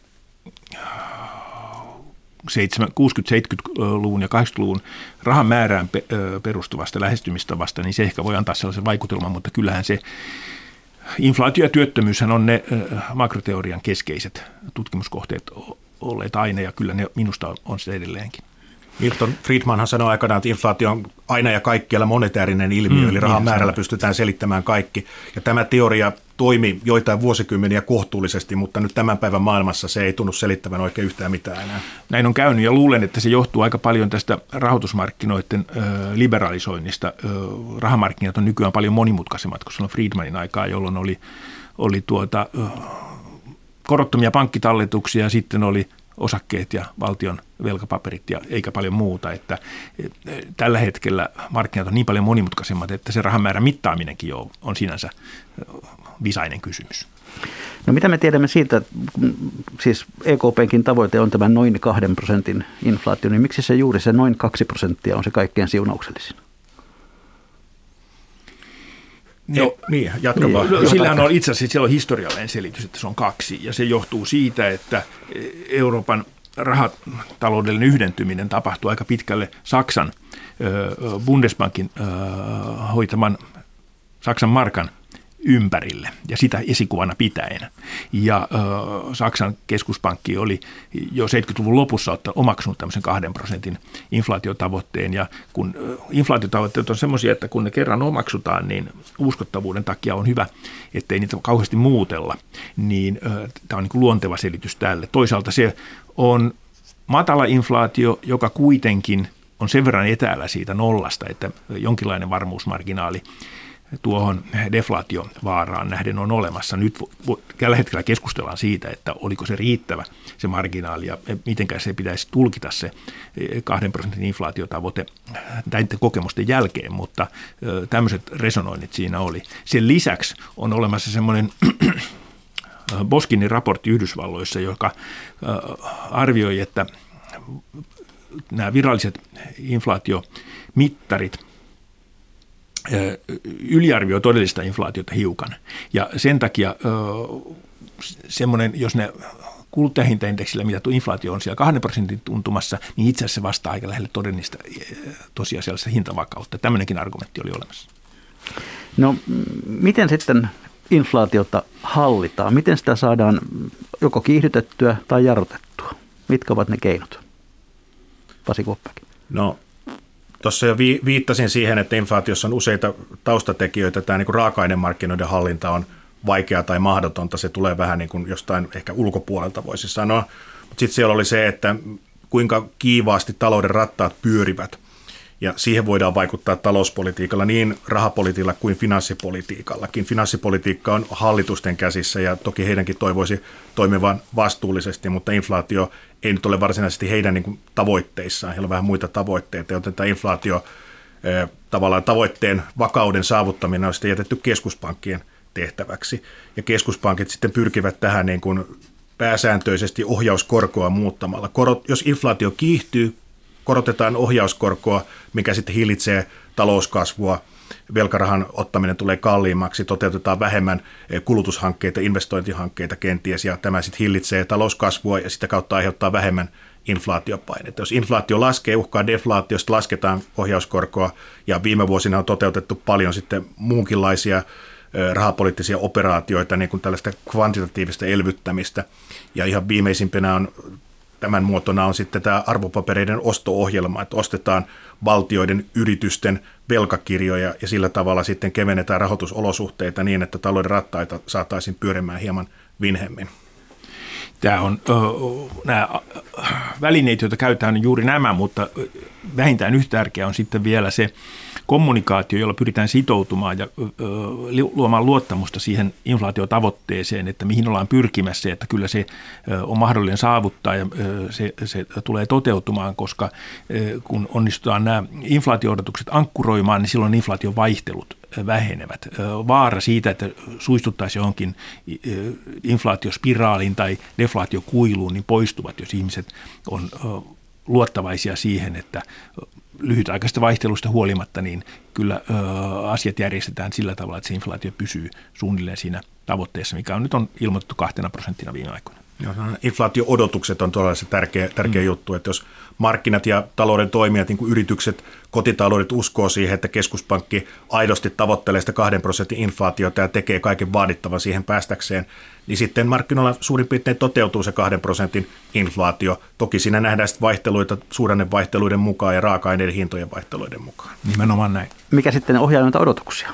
[SPEAKER 3] kuusikymmentä-seitsemänkymmentäluvun ja kahdeksankymmentäluvun rahan määrään perustuvasta lähestymistavasta, niin se ehkä voi antaa sellaisen vaikutelman, mutta kyllähän se inflaatio ja työttömyyshän on ne makroteorian keskeiset tutkimuskohteet olleet aina, ja kyllä ne minusta on se edelleenkin.
[SPEAKER 4] Milton Friedmanhan sanoi aikanaan, että inflaatio on aina ja kaikkialla monetäärinen ilmiö, mm, eli rahan niin, määrällä pystytään selittämään kaikki. Ja tämä teoria toimi joitain vuosikymmeniä kohtuullisesti, mutta nyt tämän päivän maailmassa se ei tunnu selittävän oikein yhtään mitään enää.
[SPEAKER 3] Näin on käynyt, ja luulen, että se johtuu aika paljon tästä rahoitusmarkkinoiden ö, liberalisoinnista. Ö, rahamarkkinat on nykyään paljon monimutkaisemmat kuin silloin Friedmanin aikaa, jolloin oli, oli tuota, ö, korottomia pankkitalletuksia ja sitten oli osakkeet ja valtion velkapaperit ja eikä paljon muuta, että tällä hetkellä markkinat on niin paljon monimutkaisemmat, että se rahamäärän mittaaminenkin jo on sinänsä visainen kysymys.
[SPEAKER 2] No mitä me tiedämme siitä, että siis E K P:nkin tavoite on tämä noin kahden prosentin inflaatio, niin miksi se juuri se noin kaksi prosenttia on se kaikkein siunauksellisin?
[SPEAKER 3] No, niin, jatka vaan. No, sillähän on itse asiassa siellä on historiallinen selitys, että se on kaksi, ja se johtuu siitä, että Euroopan rahataloudellinen yhdentyminen tapahtuu aika pitkälle Saksan Bundesbankin hoitaman Saksan markan ympärille ja sitä esikuvana pitäen. Ja ö, Saksan keskuspankki oli jo seitsemänkymmentäluvun lopussa omaksunut tämmöisen kahden prosentin inflaatiotavoitteen, ja kun ö, inflaatiotavoitteet on semmoisia, että kun ne kerran omaksutaan, niin uskottavuuden takia on hyvä, ettei niitä kauheasti muutella, niin ö, tämä on niin kuin luonteva selitys tälle. Toisaalta se on matala inflaatio, joka kuitenkin on sen verran etäällä siitä nollasta, että jonkinlainen varmuusmarginaali tuohon deflaatiovaaraan nähden on olemassa. Nyt tällä hetkellä keskustellaan siitä, että oliko se riittävä se marginaali ja mitenkään se pitäisi tulkita se kahden prosentin inflaatiotavoite näiden kokemusten jälkeen, mutta tämmöiset resonoinnit siinä oli. Sen lisäksi on olemassa semmoinen Boskinin raportti Yhdysvalloissa, joka arvioi, että nämä viralliset inflaatiomittarit yliarvioi todellista inflaatiota hiukan. Ja sen takia semmoinen, jos ne kuluttajahintaindeksillä mitattu inflaatio on siellä kahden prosentin tuntumassa, niin itse asiassa se vastaa aika lähelle todellista tosiasiallista hintavakautta. Tämmöinenkin argumentti oli olemassa.
[SPEAKER 2] No miten sitten inflaatiota hallitaan? Miten sitä saadaan joko kiihdytettyä tai jarrutettua? Mitkä ovat ne keinot? Pasi Kuoppakin.
[SPEAKER 4] No tuossa jo viittasin siihen, että inflaatiossa on useita taustatekijöitä. Tämä niin kuin raaka-ainemarkkinoiden hallinta on vaikeaa tai mahdotonta. Se tulee vähän niin kuin jostain ehkä ulkopuolelta voisi sanoa. Mutta sitten siellä oli se, että kuinka kiivaasti talouden rattaat pyörivät. Ja siihen voidaan vaikuttaa talouspolitiikalla niin rahapolitiikalla kuin finanssipolitiikallakin. Finanssipolitiikka on hallitusten käsissä ja toki heidänkin toivoisi toimivan vastuullisesti, mutta inflaatio ei nyt ole varsinaisesti heidän niin kuin tavoitteissaan. Heillä on vähän muita tavoitteita, joten tämä inflaatio tavallaan tavoitteen vakauden saavuttaminen on sitten jätetty keskuspankkien tehtäväksi. Ja keskuspankit sitten pyrkivät tähän niin kuin pääsääntöisesti ohjauskorkoa muuttamalla. Korot, jos inflaatio kiihtyy, korotetaan ohjauskorkoa, mikä sitten hillitsee talouskasvua, velkarahan ottaminen tulee kalliimmaksi, toteutetaan vähemmän kulutushankkeita, investointihankkeita kenties, ja tämä sitten hillitsee talouskasvua ja sitä kautta aiheuttaa vähemmän inflaatiopaineita. Jos inflaatio laskee, uhkaa deflaatiosta, lasketaan ohjauskorkoa, ja viime vuosina on toteutettu paljon sitten muunkinlaisia rahapoliittisia operaatioita, niin kuin tällaista kvantitatiivista elvyttämistä, ja ihan viimeisimpänä on tämän muotona on sitten tämä arvopapereiden osto-ohjelma, että ostetaan valtioiden yritysten velkakirjoja ja sillä tavalla sitten kevennetään rahoitusolosuhteita niin, että talouden rattaita saataisiin pyörimään hieman vinhemmin.
[SPEAKER 3] Tämä on, nämä välineet, joita käytetään, on juuri nämä, mutta vähintään yhtä tärkeää on sitten vielä se kommunikaatio, jolla pyritään sitoutumaan ja luomaan luottamusta siihen inflaatiotavoitteeseen, että mihin ollaan pyrkimässä, että kyllä se on mahdollinen saavuttaa ja se, se tulee toteutumaan, koska kun onnistutaan nämä inflaatio-odotukset ankkuroimaan, niin silloin inflaation vaihtelut vähenevät. Vaara siitä, että suistuttaisiin johonkin inflaatiospiraaliin tai deflaatiokuiluun, niin poistuvat, jos ihmiset on luottavaisia siihen, että lyhytaikaisesta vaihtelusta huolimatta, niin kyllä ö, asiat järjestetään sillä tavalla, että se inflaatio pysyy suunnilleen siinä tavoitteessa, mikä on nyt on ilmoitettu kahtena prosenttina viime aikoina.
[SPEAKER 4] Inflaatio-odotukset on todella se tärkeä, tärkeä mm. juttu, että jos markkinat ja talouden toimijat, niin kuin yritykset, kotitaloudet uskoo siihen, että keskuspankki aidosti tavoittelee sitä kahden prosentin inflaatiota ja tekee kaiken vaadittavan siihen päästäkseen, niin sitten markkinoilla suurin piirtein toteutuu se kahden prosentin inflaatio. Toki siinä nähdään sitten vaihteluita suhdannevaihteluiden mukaan ja raaka-aineiden hintojen vaihteluiden mukaan.
[SPEAKER 3] Nimenomaan näin.
[SPEAKER 2] Mikä sitten ohjaa noita odotuksia?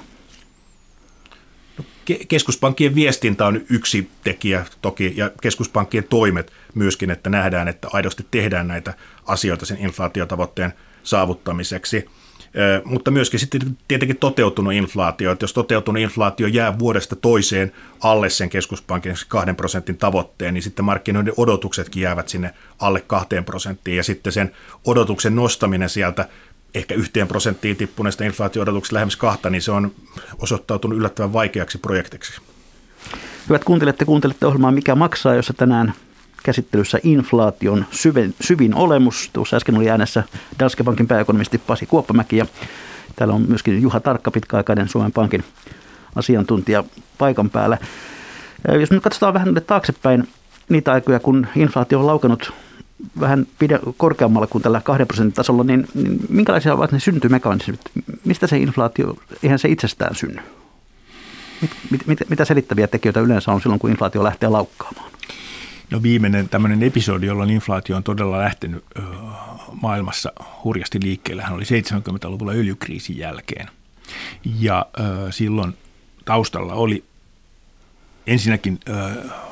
[SPEAKER 4] Keskuspankkien viestintä on yksi tekijä toki ja keskuspankkien toimet myöskin, että nähdään, että aidosti tehdään näitä asioita sen inflaatiotavoitteen saavuttamiseksi. Mutta myöskin sitten tietenkin toteutunut inflaatio, että jos toteutunut inflaatio jää vuodesta toiseen alle sen keskuspankin kahden prosentin tavoitteen, niin sitten markkinoiden odotuksetkin jäävät sinne alle kahteen prosenttiin ja sitten sen odotuksen nostaminen sieltä ehkä yhteen prosenttiin tippuneesta inflaatio-odotuksesta lähemmäs kahta, niin se on osoittautunut yllättävän vaikeaksi projektiksi.
[SPEAKER 2] Hyvät kuuntelijat, kuuntelette ohjelmaa Mikä maksaa, jossa tänään käsittelyssä inflaation syvin, syvin olemus. Tuossa äsken oli äänessä Danske Bankin pääekonomisti Pasi Kuoppamäki ja täällä on myöskin Juha Tarkka, pitkäaikainen Suomen Pankin asiantuntija paikan päällä. Jos nyt katsotaan vähän taaksepäin niitä aikoja, kun inflaatio on laukanut vähän pide, korkeammalla kuin tällä kahden prosentin tasolla, niin, niin minkälaisia ovat ne syntymekanismit? Mistä se inflaatio, eihän se itsestään synny? Mit, mit, mit, mitä selittäviä tekijöitä yleensä on silloin, kun inflaatio lähtee laukkaamaan?
[SPEAKER 3] No viimeinen tämmöinen episodi, jolloin inflaatio on todella lähtenyt ö, maailmassa hurjasti liikkeelle, hän oli seitsemänkymmentäluvulla öljykriisin jälkeen. Ja ö, silloin taustalla oli ensinnäkin ö,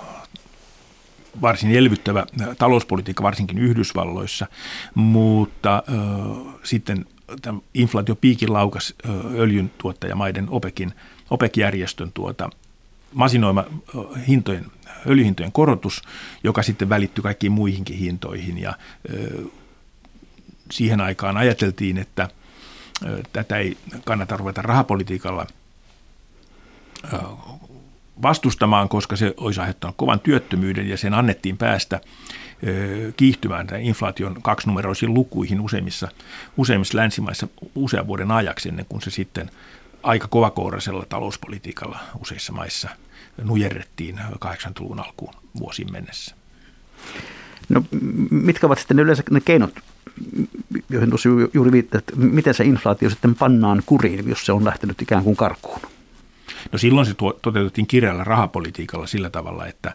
[SPEAKER 3] varsin elvyttävä talouspolitiikka, varsinkin Yhdysvalloissa, mutta ö, sitten tämän inflaatiopiikin laukas ö, öljyn tuottajamaiden OPECin, OPEC-järjestön tuota, masinoima ö, hintojen, öljyhintojen korotus, joka sitten välittyi kaikkiin muihinkin hintoihin. Ja ö, siihen aikaan ajateltiin, että ö, tätä ei kannata ruveta rahapolitiikalla ö, vastustamaan, koska se olisi aiheuttanut kovan työttömyyden ja sen annettiin päästä kiihtymään tämän inflaation kaksinumeroisiin lukuihin useimmissa, useimmissa länsimaissa usean vuoden ajaksi, ennen kuin se sitten aika kovakouraisella talouspolitiikalla useissa maissa nujerrettiin kahdeksankymmentäluvun alkuun vuosiin mennessä.
[SPEAKER 2] No, mitkä ovat sitten yleensä ne keinot, joihin tuossa juuri viittaat, että miten se inflaatio sitten pannaan kuriin, jos se on lähtenyt ikään kuin karkuun?
[SPEAKER 3] No silloin se toteutettiin kireällä rahapolitiikalla sillä tavalla, että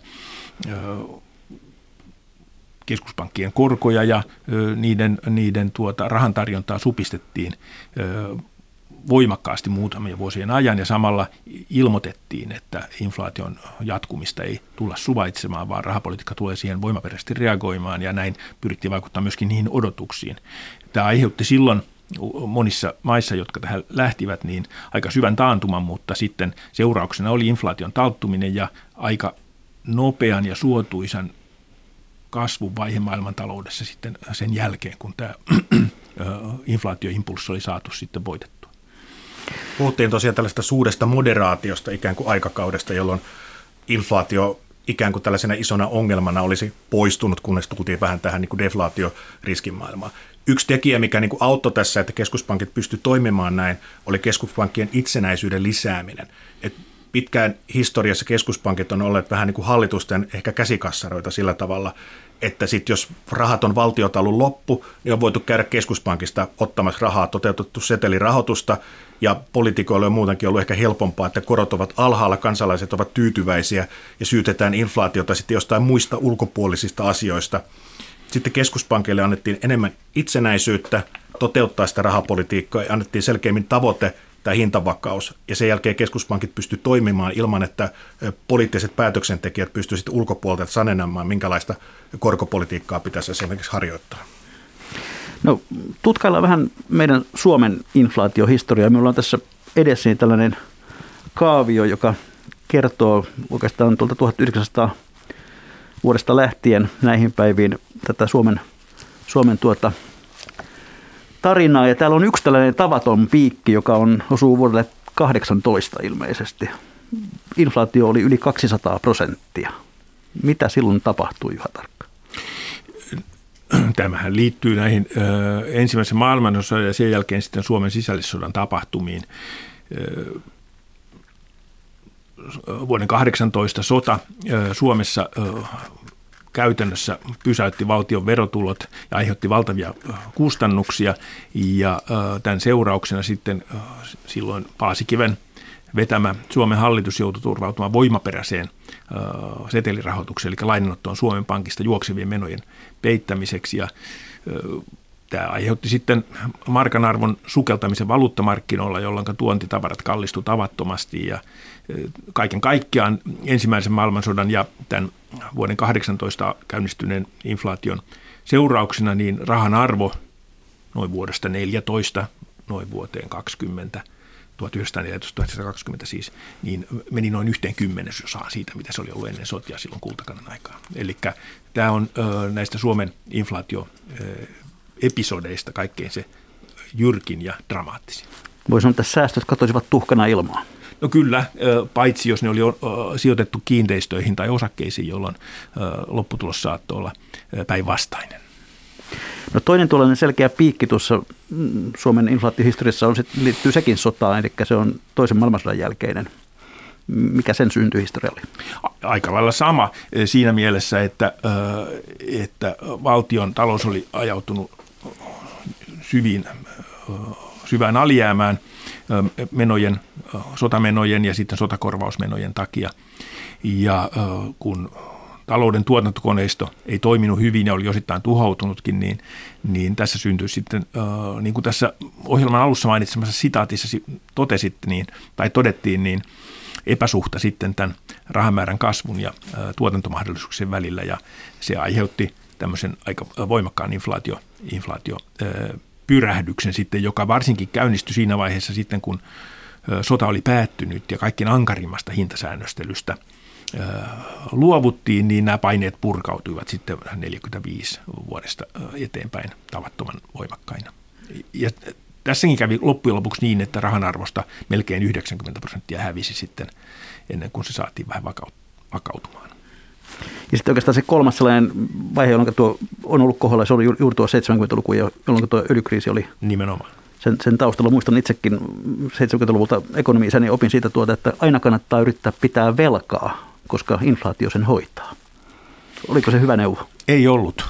[SPEAKER 3] keskuspankkien korkoja ja niiden, niiden tuota, rahan tarjontaa supistettiin voimakkaasti muutamia vuosien ajan ja samalla ilmoitettiin, että inflaation jatkumista ei tulla suvaitsemaan, vaan rahapolitiikka tulee siihen voimaperäisesti reagoimaan ja näin pyrittiin vaikuttaa myöskin niihin odotuksiin. Tämä aiheutti silloin monissa maissa, jotka tähän lähtivät, niin aika syvän taantuman, mutta sitten seurauksena oli inflaation talttuminen ja aika nopean ja suotuisan kasvun vaihe maailmantaloudessa sitten sen jälkeen, kun tämä inflaatioimpulssi oli saatu sitten voitettua.
[SPEAKER 4] Puhuttiin tosiaan tällaista suuresta moderaatiosta ikään kuin aikakaudesta, jolloin inflaatio ikään kuin tällaisena isona ongelmana olisi poistunut, kunnes tultiin vähän tähän niin kuin deflaatioriskin maailmaan. Yksi tekijä, mikä niin kuin auttoi tässä, että keskuspankit pystyivät toimimaan näin, oli keskuspankkien itsenäisyyden lisääminen. Et pitkään historiassa keskuspankit on olleet vähän niin kuin hallitusten ehkä käsikassaroita sillä tavalla, että sitten jos rahat on valtiolta ollut loppu, niin on voitu käydä keskuspankista ottamassa rahaa, toteutettu setelirahoitusta, ja poliitikoille on muutenkin ollut ehkä helpompaa, että korot ovat alhaalla, kansalaiset ovat tyytyväisiä ja syytetään inflaatiota sitten jostain muista ulkopuolisista asioista. Sitten keskuspankille annettiin enemmän itsenäisyyttä toteuttaa sitä rahapolitiikkaa ja annettiin selkeämmin tavoite, tämä hintavakaus, ja sen jälkeen keskuspankit pystyivät toimimaan ilman, että poliittiset päätöksentekijät pystyivät ulkopuolelta sanenamaan, minkälaista korkopolitiikkaa pitäisi esimerkiksi harjoittaa.
[SPEAKER 2] No, tutkaillaan vähän meidän Suomen inflaatiohistoriaa. Minulla on tässä edessäni tällainen kaavio, joka kertoo oikeastaan tuolta tuhatyhdeksänsataa vuodesta lähtien näihin päiviin tätä Suomen, Suomen tuota tarinaa. Ja täällä on yksi tällainen tavaton piikki, joka on, osuu vuodelle kahdeksantoista ilmeisesti. Inflaatio oli yli kaksisataa prosenttia. Mitä silloin tapahtui, Juha Tarkka?
[SPEAKER 3] Tämähän liittyy näihin ö, ensimmäisen maailmansodan ja sen jälkeen sitten Suomen sisällissodan tapahtumiin. Ö, vuoden kahdeksantoista sota ö, Suomessa ö, käytännössä pysäytti valtion verotulot ja aiheutti valtavia kustannuksia, ja ö, tämän seurauksena sitten ö, silloin Paasikiven vetämä Suomen hallitus joutui turvautumaan voimaperäiseen ö, setelirahoitukseen, eli lainanottoon Suomen Pankista juoksevien menojen peittämiseksi. Ja, ö, tämä aiheutti sitten markan arvon sukeltamisen valuuttamarkkinoilla, jolloin tuontitavarat kallistuivat tavattomasti. Ja, ö, kaiken kaikkiaan ensimmäisen maailmansodan ja tämän vuoden kahdeksantoista käynnistyneen inflaation seurauksena niin rahan arvo noin vuodesta neljätoista noin vuoteen kaksikymmentä tuhatyhdeksänsataaneljätoista tuhatyhdeksänsataakaksikymmentä siis, niin meni noin yhteen kymmenesosaan siitä, mitä se oli ollut ennen sotia silloin kultakannan aikaa. Eli tämä on ö, näistä Suomen inflaatioepisodeista kaikkein se jyrkin ja dramaattisin.
[SPEAKER 2] Voisi sanoa, että säästöt katoisivat tuhkana ilmaan.
[SPEAKER 3] No kyllä, paitsi jos ne oli sijoitettu kiinteistöihin tai osakkeisiin, jolloin lopputulos saattoi olla päinvastainen.
[SPEAKER 2] No toinen tuollainen selkeä piikki tuossa Suomen inflaatiohistoriassa on, liittyy sekin sotaan, eli se on toisen maailmansodan jälkeinen. Mikä sen syntyhistoria oli?
[SPEAKER 3] Aika lailla sama siinä mielessä, että, että valtion talous oli ajautunut syviin, syvään alijäämään menojen, sotamenojen ja sitten sotakorvausmenojen takia. Ja kun talouden tuotantokoneisto ei toiminut hyvin ja oli osittain tuhoutunutkin, niin, niin tässä syntyi sitten, niin kuin tässä ohjelman alussa mainitsemassa sitaatissa totesit, niin, tai todettiin, niin epäsuhta sitten tämän rahamäärän kasvun ja tuotantomahdollisuuksien välillä, ja se aiheutti tämmöisen aika voimakkaan inflaatio, inflaatiopyrähdyksen sitten, joka varsinkin käynnistyi siinä vaiheessa sitten, kun sota oli päättynyt ja kaikkein ankarimmasta hintasäännöstelystä luovuttiin, niin nämä paineet purkautuivat sitten neljäkymmentäviisi vuodesta eteenpäin tavattoman voimakkaina. Ja tässäkin kävi loppujen lopuksi niin, että rahan arvosta melkein yhdeksänkymmentä prosenttia hävisi sitten ennen kuin se saatiin vähän vakautumaan.
[SPEAKER 2] Ja sitten oikeastaan se kolmas sellainen vaihe, jolloin tuo on ollut kohdalla, se oli juuri tuo seitsemänkymmentäluku, jolloin tuo öljykriisi oli
[SPEAKER 3] nimenomaan.
[SPEAKER 2] Sen, sen taustalla. Muistan itsekin seitsemänkymmentäluvulta ekonomia-isäni opin siitä tuota, että aina kannattaa yrittää pitää velkaa, koska inflaatio sen hoitaa. Oliko se hyvä neuvo?
[SPEAKER 3] Ei ollut.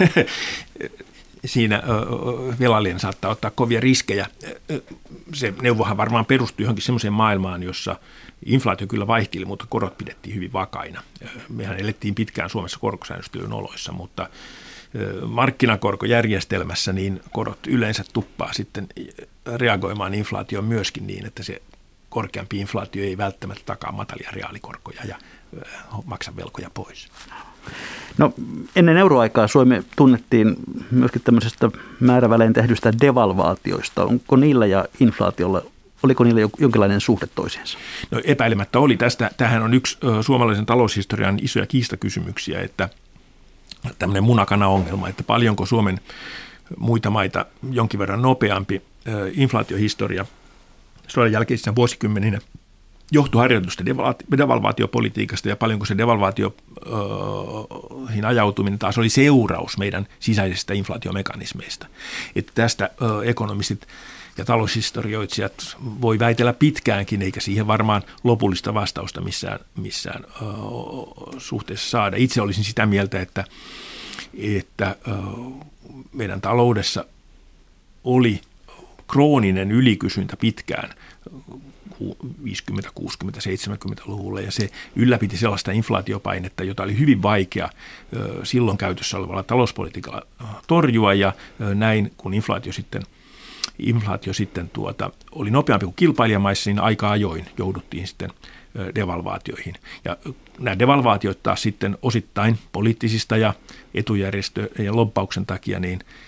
[SPEAKER 3] Siinä velallinen saattaa ottaa kovia riskejä. Se neuvohan varmaan perustui johonkin semmoiseen maailmaan, jossa inflaatio kyllä vaihteli, mutta korot pidettiin hyvin vakaina. Mehän elettiin pitkään Suomessa korkosäännöstelyn oloissa, mutta markkinakorkojärjestelmässä niin korot yleensä tuppaa sitten reagoimaan inflaatioon myöskin niin, että se korkeampi inflaatio ei välttämättä takaa matalia reaalikorkoja ja maksa velkoja pois.
[SPEAKER 2] No, ennen euroaikaa Suomi tunnettiin myöskin tämmöisestä määrävälein tehdystä devalvaatioista. Onko niillä ja inflaatiolla, oliko niillä jonkinlainen suhde toisiinsa?
[SPEAKER 3] No epäilemättä oli. Tästä, tämähän on yksi suomalaisen taloushistorian isoja kiistakysymyksiä, että tämmöinen munakana-ongelma, että paljonko Suomen muita maita jonkin verran nopeampi inflaatiohistoria sodan jälkeisenä vuosikymmeninä johtui harjoitusten devalvaatiopolitiikasta ja paljonko se devalvaatioihin ajautuminen taas oli seuraus meidän sisäisistä inflaatiomekanismeista. Että tästä ekonomistit ja taloushistorioitsijat voi väitellä pitkäänkin, eikä siihen varmaan lopullista vastausta missään, missään suhteessa saada. Itse olisin sitä mieltä, että, että meidän taloudessa oli krooninen ylikysyntä pitkään viisikymmentä-, kuusikymmentä-, seitsemänkymmentäluvulla, ja se ylläpiti sellaista inflaatiopainetta, jota oli hyvin vaikea silloin käytössä olevalla talouspolitiikalla torjua, ja näin kun inflaatio sitten, inflaatio sitten tuota, oli nopeampi kuin kilpailijamaissa, niin aika ajoin jouduttiin sitten devalvaatioihin. Ja nämä devalvaatiot taas sitten osittain poliittisista ja etujärjestöjen ja lobbauksen takia niin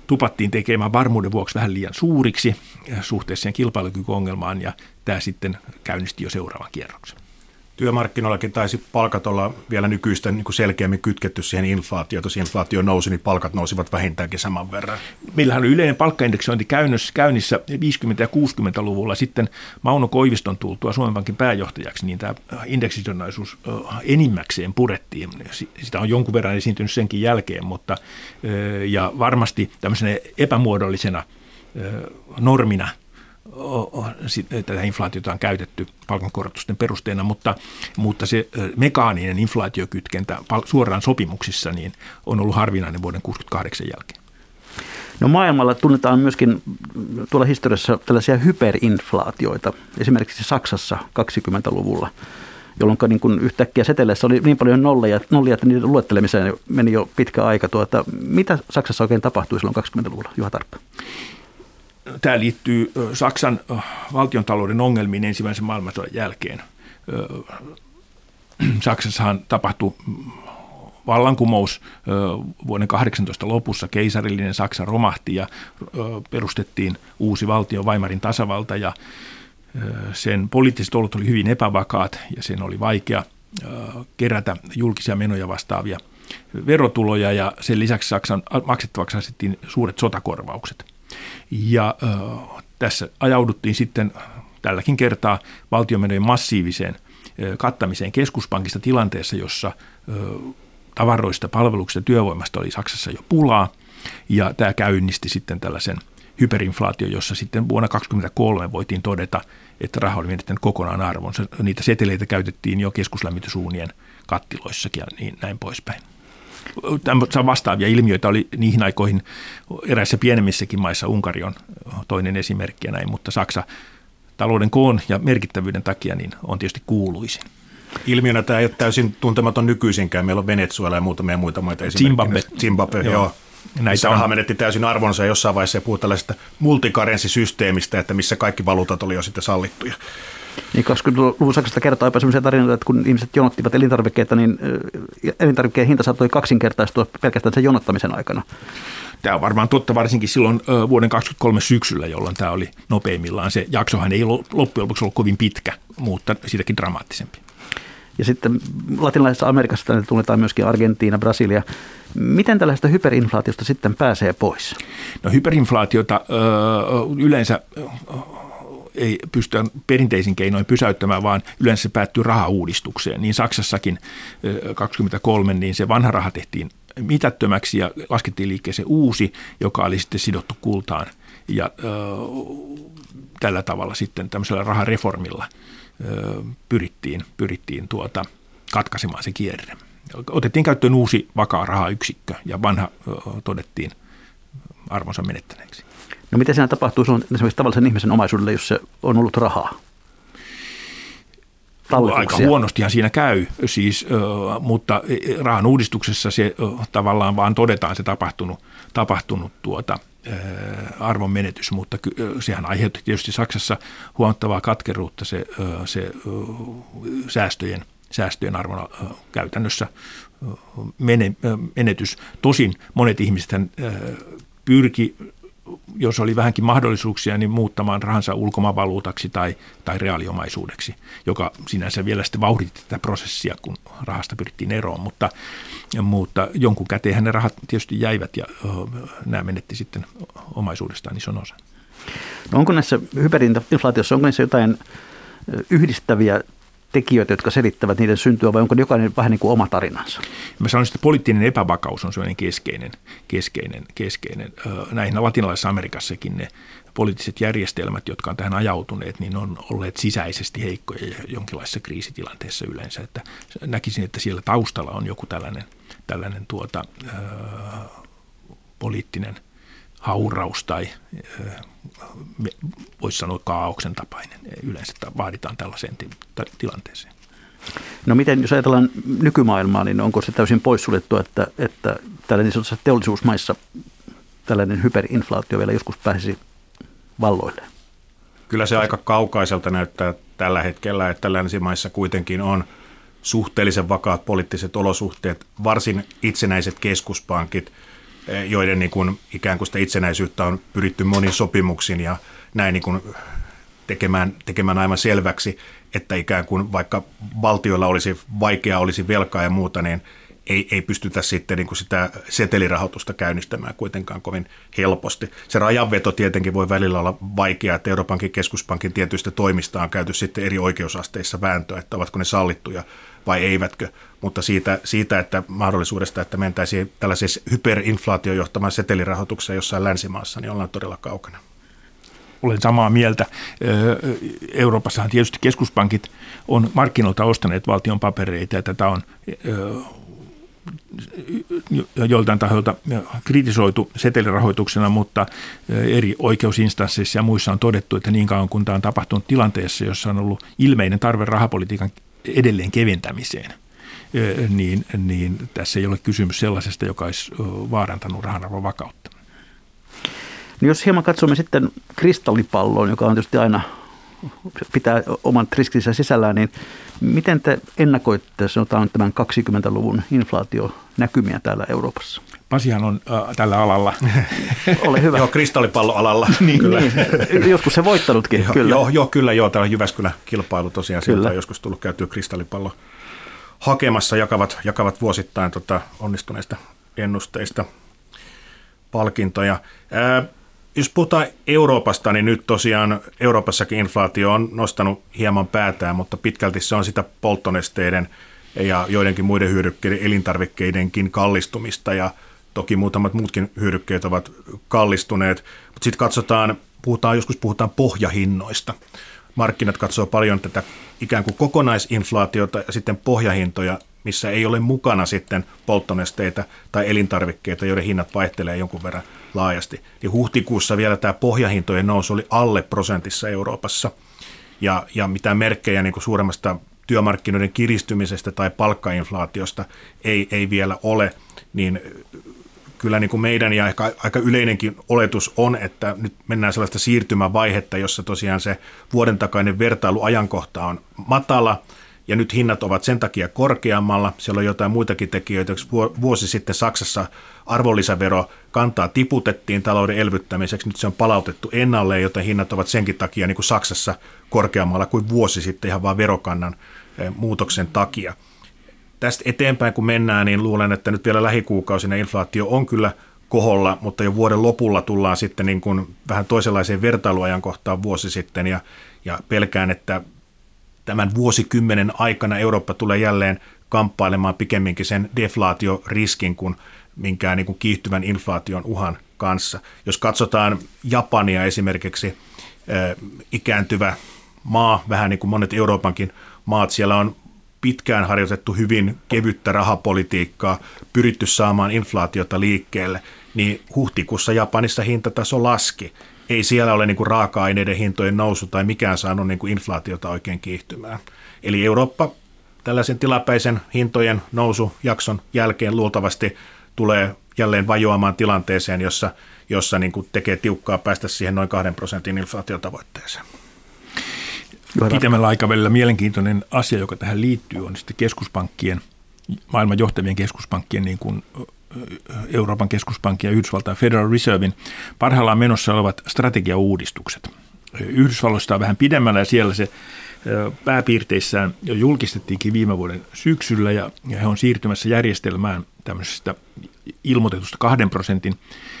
[SPEAKER 3] tupattiin tekemään varmuuden vuoksi vähän liian suuriksi suhteessa siihen kilpailukykyongelmaan, ja tämä sitten käynnisti jo seuraavan kierroksen.
[SPEAKER 4] Työmarkkinoillakin taisi palkat olla vielä nykyistä niin kuin selkeämmin kytketty siihen inflaatioon. Jos inflaatio nousi, niin palkat nousivat vähintäänkin saman verran.
[SPEAKER 3] Meillähän oli yleinen palkkaindeksointi käynnissä viisikymmentä- ja kuusikymmentäluvulla. Sitten Mauno Koiviston tultua Suomen Pankin pääjohtajaksi, niin tämä indeksisidonnaisuus enimmäkseen purettiin. Sitä on jonkun verran esiintynyt senkin jälkeen, mutta ja varmasti tämmöisenä epämuodollisena normina tätä inflaatiota on käytetty palkankorotusten perusteena, mutta, mutta se mekaaninen inflaatiokytkentä suoraan sopimuksissa niin on ollut harvinainen vuoden tuhatyhdeksänsataakuusikymmentäkahdeksan jälkeen.
[SPEAKER 2] No maailmalla tunnetaan myöskin tuolla historiassa tällaisia hyperinflaatioita, esimerkiksi Saksassa kaksikymmentäluvulla, jolloin niin kuin yhtäkkiä seteleissä oli niin paljon nollia, nollia, että niiden luettelemiseen meni jo pitkä aika. Tuota, mitä Saksassa oikein tapahtui silloin kaksikymmentäluvulla, Juha Tarppa?
[SPEAKER 3] Tämä liittyy Saksan valtiontalouden ongelmiin ensimmäisen maailmansodan jälkeen. Saksassahan tapahtui vallankumous vuoden kahdeksantoista lopussa, keisarillinen Saksa romahti ja perustettiin uusi valtio, Weimarin tasavalta, ja sen poliittiset olot oli hyvin epävakaat ja sen oli vaikea kerätä julkisia menoja vastaavia verotuloja, ja sen lisäksi Saksan maksettavaksi asettiin suuret sotakorvaukset. Ja äh, tässä ajauduttiin sitten tälläkin kertaa valtionmenojen massiiviseen äh, kattamiseen keskuspankista tilanteessa, jossa äh, tavaroista, palveluksista ja työvoimasta oli Saksassa jo pulaa. Ja tämä käynnisti sitten tällaisen hyperinflaation, jossa sitten vuonna kaksituhattakaksikymmentäkolme voitiin todeta, että raha oli menettänyt kokonaan arvonsa. Niitä seteleitä käytettiin jo keskuslämmitysuunien kattiloissakin ja niin näin poispäin. Tämmöisiä vastaavia ilmiöitä oli niihin aikoihin eräissä pienemmissäkin maissa. Unkari on toinen esimerkki ja näin, mutta Saksa talouden koon ja merkittävyyden takia niin on tietysti kuuluisin.
[SPEAKER 4] Ilmiönä tämä ei ole täysin tuntematon nykyisinkään. Meillä on Venezuela ja muutamia muita maita.
[SPEAKER 3] Zimbabwe.
[SPEAKER 4] Zimbabwe, joo. joo. Näitä raha menetti täysin arvonsa ja jossain vaiheessa puhuu tällaisesta multikarenssisysteemistä, että missä kaikki valuutat oli jo sitten sallittuja.
[SPEAKER 2] Niin kaksikymmentäluvun Saksasta kertoo jopa sellaisia tarinoita, että kun ihmiset jonottivat elintarvikkeita, niin elintarvikkeen hinta saattoi kaksinkertaistua pelkästään sen jonottamisen aikana.
[SPEAKER 3] Tämä on varmaan totta varsinkin silloin vuoden kaksituhattakolme syksyllä, jolloin tämä oli nopeimmillaan. Se jaksohan ei loppujen lopuksi ollut kovin pitkä, mutta siitäkin dramaattisempi.
[SPEAKER 2] Ja sitten latinalaisessa Amerikassa tunnetaan myöskin Argentiina, Brasilia. Miten tällaista hyperinflaatiosta sitten pääsee pois?
[SPEAKER 3] No hyperinflaatiota ö, yleensä ei pystytä perinteisin keinoin pysäyttämään, vaan yleensä se päättyy rahauudistukseen. Niin Saksassakin kaksikymmentäkolme, niin se vanha raha tehtiin mitättömäksi ja laskettiin liikkeeseen uusi, joka oli sitten sidottu kultaan. Ja ö, tällä tavalla sitten tämmöisellä rahareformilla ö, pyrittiin, pyrittiin tuota, katkaisemaan se kierre. Otettiin käyttöön uusi vakaa rahayksikkö ja vanha ö, todettiin arvonsa menettäneeksi.
[SPEAKER 2] No miten siinä tapahtuu silloin esimerkiksi tavallisen ihmisen omaisuudelle, jos se on ollut rahaa?
[SPEAKER 3] Aika huonostihan siinä käy, siis, mutta rahan uudistuksessa se tavallaan vaan todetaan se tapahtunut, tapahtunut tuota, arvon menetys, mutta sehän aiheutti tietysti Saksassa huomattavaa katkeruutta se, se säästöjen, säästöjen arvon käytännössä menetys. Tosin monet ihmiset pyrki, jos oli vähänkin mahdollisuuksia, niin muuttamaan rahansa ulkomaanvaluutaksi tai, tai reaaliomaisuudeksi, joka sinänsä vielä sitten vauhditti tätä prosessia, kun rahasta pyrittiin eroon, mutta, mutta jonkun käteenhän ne rahat tietysti jäivät ja uh, nämä menetti sitten omaisuudestaan ison osan.
[SPEAKER 2] No onko näissä hyperinflaatiossa, onko näissä jotain yhdistäviä tekijöitä, jotka selittävät niiden syntyä, vai onko jokainen vähän niin kuin oma tarinansa?
[SPEAKER 3] Mä sanoisin, että poliittinen epävakaus on sellainen keskeinen, keskeinen, keskeinen. Näihin latinalaisessa Amerikassakin ne poliittiset järjestelmät, jotka on tähän ajautuneet, niin on olleet sisäisesti heikkoja ja jonkinlaisessa kriisitilanteessa yleensä. Että näkisin, että siellä taustalla on joku tällainen, tällainen tuota, ää, poliittinen hauraus tai voisi sanoa kaaoksen tapainen. Yleensä vaaditaan tällaiseen tilanteeseen.
[SPEAKER 2] No miten, jos ajatellaan nykymaailmaa, niin onko se täysin poissuljettu, että, että tällainen niin sanotussa teollisuusmaissa tällainen hyperinflaatio vielä joskus pääsisi valloille?
[SPEAKER 4] Kyllä se aika kaukaiselta näyttää tällä hetkellä, että länsimaissa kuitenkin on suhteellisen vakaat poliittiset olosuhteet, varsin itsenäiset keskuspankit, joiden niin kuin, ikään kuin sitä itsenäisyyttä on pyritty monin sopimuksin ja näin niin kuin tekemään, tekemään aivan selväksi, että ikään kuin vaikka valtioilla olisi vaikeaa, olisi velkaa ja muuta, niin ei, ei pystytä sitten niin kuin sitä setelirahoitusta käynnistämään kuitenkaan kovin helposti. Se rajanveto tietenkin voi välillä olla vaikeaa, että Euroopankin keskuspankin tietyistä toimista on käyty sitten eri oikeusasteissa vääntöä, että ovatko ne sallittuja vai eivätkö, mutta siitä, siitä että mahdollisuudesta, että mentäisiin tällaiseen hyperinflaatioon johtamaan setelirahoitukseen jossain länsimaassa, niin ollaan todella kaukana.
[SPEAKER 3] Olen samaa mieltä. Euroopassahan tietysti keskuspankit on markkinoilta ostaneet valtion papereita, ja tätä on joiltain tahoilta kritisoitu setelirahoituksena, mutta eri oikeusinstansseissa ja muissa on todettu, että niin kauan kun tämä on tapahtunut tilanteessa, jossa on ollut ilmeinen tarve rahapolitiikan edelleen keventämiseen, niin, niin tässä ei ole kysymys sellaisesta, joka olisi vaarantanut rahanarvon vakautta.
[SPEAKER 2] No jos hieman katsomme sitten kristallipalloon, joka on tietysti aina pitää oman riskinsä sisällään, niin miten te ennakoitte, sanotaan tämän kaksikymmentäluvun inflaationäkymiä täällä Euroopassa?
[SPEAKER 3] Pasihan on äh, tällä alalla.
[SPEAKER 2] Ole hyvä.
[SPEAKER 4] Joo, kristallipalloalalla.
[SPEAKER 2] niin, kyllä. Niin, joskus se voittanutkin,
[SPEAKER 4] joo,
[SPEAKER 2] kyllä.
[SPEAKER 4] Joo, joo, kyllä joo. Täällä on Jyväskylän kilpailu tosiaan. Sieltä on joskus tullut käytyä kristallipallo hakemassa, jakavat, jakavat vuosittain tota, onnistuneista ennusteista palkintoja. Ää, Jos puhutaan Euroopasta, niin nyt tosiaan Euroopassakin inflaatio on nostanut hieman päätään, mutta pitkälti se on sitä polttonesteiden ja joidenkin muiden hyödykkeiden, elintarvikkeidenkin kallistumista, ja toki muutamat muutkin hyödykkeet ovat kallistuneet. Mutta sitten katsotaan, puhutaan, joskus puhutaan pohjahinnoista. Markkinat katsoo paljon tätä ikään kuin kokonaisinflaatiota ja sitten pohjahintoja, missä ei ole mukana sitten polttonesteitä tai elintarvikkeita, joiden hinnat vaihtelee jonkun verran laajasti. Niin huhtikuussa vielä tämä pohjahintojen nousu oli alle prosentissa Euroopassa, ja, ja mitään merkkejä niin kuin suuremmasta työmarkkinoiden kiristymisestä tai palkkainflaatiosta ei, ei vielä ole, niin kyllä niin kuin meidän ja aika, aika yleinenkin oletus on, että nyt mennään sellaista siirtymävaihetta, jossa tosiaan se vuoden takainen vertailuajankohta on matala, ja nyt hinnat ovat sen takia korkeammalla. Siellä on jotain muitakin tekijöitä. Vuosi sitten Saksassa arvonlisävero kantaa tiputettiin talouden elvyttämiseksi. Nyt se on palautettu ennalleen, joten hinnat ovat senkin takia niin kuin Saksassa korkeammalla kuin vuosi sitten ihan vain verokannan muutoksen takia. Tästä eteenpäin kun mennään, niin luulen, että nyt vielä lähikuukausina inflaatio on kyllä koholla, mutta jo vuoden lopulla tullaan sitten niin kuin vähän toisenlaiseen vertailuajankohtaan vuosi sitten, ja, ja pelkään, että tämän vuosikymmenen aikana Eurooppa tulee jälleen kamppailemaan pikemminkin sen deflaatioriskin kuin minkään niin kuin kiihtyvän inflaation uhan kanssa. Jos katsotaan Japania esimerkiksi, ikääntyvä maa, vähän niin kuin monet Euroopankin maat, siellä on pitkään harjoitettu hyvin kevyttä rahapolitiikkaa, pyritty saamaan inflaatiota liikkeelle, niin huhtikuussa Japanissa hintataso laski. Ei siellä ole niin kuin raaka-aineiden hintojen nousu tai mikään saanut niin kuin inflaatiota oikein kiihtymään. Eli Eurooppa tällaisen tilapäisen hintojen nousujakson jälkeen luultavasti tulee jälleen vajoamaan tilanteeseen, jossa, jossa niin kuin tekee tiukkaa päästä siihen noin kahden prosentin inflaatiotavoitteeseen.
[SPEAKER 3] Pitemmällä aikavälillä mielenkiintoinen asia, joka tähän liittyy, on sitten keskuspankkien, maailman johtavien keskuspankkien, niin kuin Euroopan keskuspankin ja Yhdysvaltain Federal Reservein parhaillaan menossa olevat strategiauudistukset. Yhdysvalloista on vähän pidemmällä, ja siellä se pääpiirteissään jo julkistettiinkin viime vuoden syksyllä, ja he on siirtymässä järjestelmään tämmöisestä ilmoitetusta kahden prosentin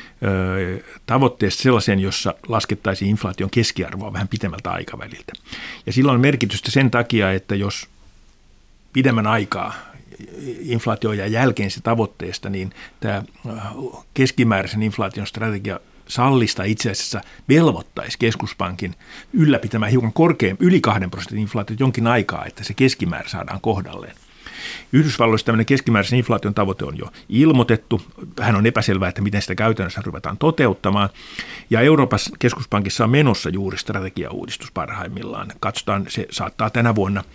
[SPEAKER 3] tavoitteesta sellaiseen, jossa laskettaisiin inflaation keskiarvoa vähän pitemmältä aikaväliltä. Ja sillä on merkitystä sen takia, että jos pidemmän aikaa inflaatio jää jälkeen se tavoitteesta, niin tämä keskimääräisen inflaation strategia sallista itse asiassa velvoittaisi keskuspankin ylläpitämään hiukan korkeammin yli kahden prosentin inflaatiot jonkin aikaa, että se keskimäärä saadaan kohdalleen. Yhdysvalloissa tämmöinen keskimääräisen inflaation tavoite on jo ilmoitettu. Vähän on epäselvää, että miten sitä käytännössä ruvetaan toteuttamaan. Ja Euroopan keskuspankissa on menossa juuri strategiauudistus parhaimmillaan. Katsotaan, se saattaa tänä vuonna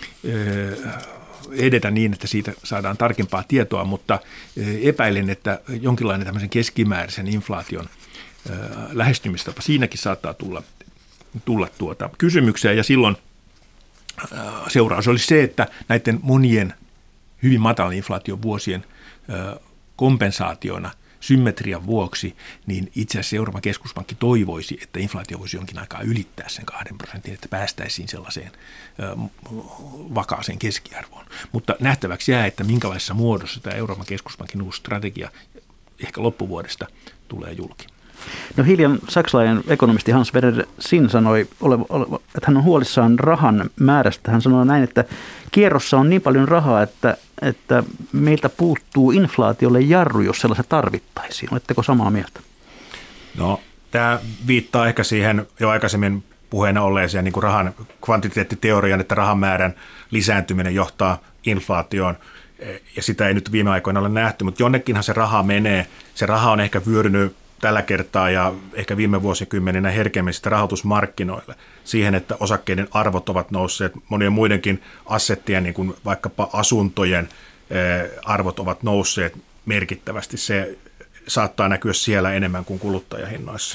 [SPEAKER 3] edetä niin, että siitä saadaan tarkempaa tietoa, mutta epäilen, että jonkinlainen tämmöisen keskimääräisen inflaation lähestymistapa siinäkin saattaa tulla, tulla tuota kysymykseen, ja silloin seuraus olisi se, että näiden monien hyvin matalan inflaation vuosien kompensaationa symmetrian vuoksi, niin itse asiassa Euroopan keskuspankki toivoisi, että inflaatio voisi jonkin aikaa ylittää sen kahden prosentin, että päästäisiin sellaiseen ö, vakaaseen keskiarvoon. Mutta nähtäväksi jää, että minkälaisessa muodossa tämä Euroopan keskuspankin uusi strategia ehkä loppuvuodesta tulee julki.
[SPEAKER 2] No hiljan saksalainen ekonomisti Hans Werner Sinn sanoi, että hän on huolissaan rahan määrästä. Hän sanoi näin, että kierrossa on niin paljon rahaa, että, että meiltä puuttuu inflaatiolle jarru, jos sellaista tarvittaisiin. Oletteko samaa mieltä?
[SPEAKER 4] No, tämä viittaa ehkä siihen jo aikaisemmin puheena olleeseen niin kuin rahan kvantiteettiteorian, että rahan määrän lisääntyminen johtaa inflaatioon. Ja sitä ei nyt viime aikoina ole nähty, mutta jonnekinhan se raha menee. Se raha on ehkä vyörynyt tällä kertaa ja ehkä viime vuosikymmeninä herkemmin sitä rahoitusmarkkinoille siihen, että osakkeiden arvot ovat nousseet, monien muidenkin assettien, niin kuin vaikkapa asuntojen arvot ovat nousseet merkittävästi. Se saattaa näkyä siellä enemmän kuin kuluttajahinnoissa.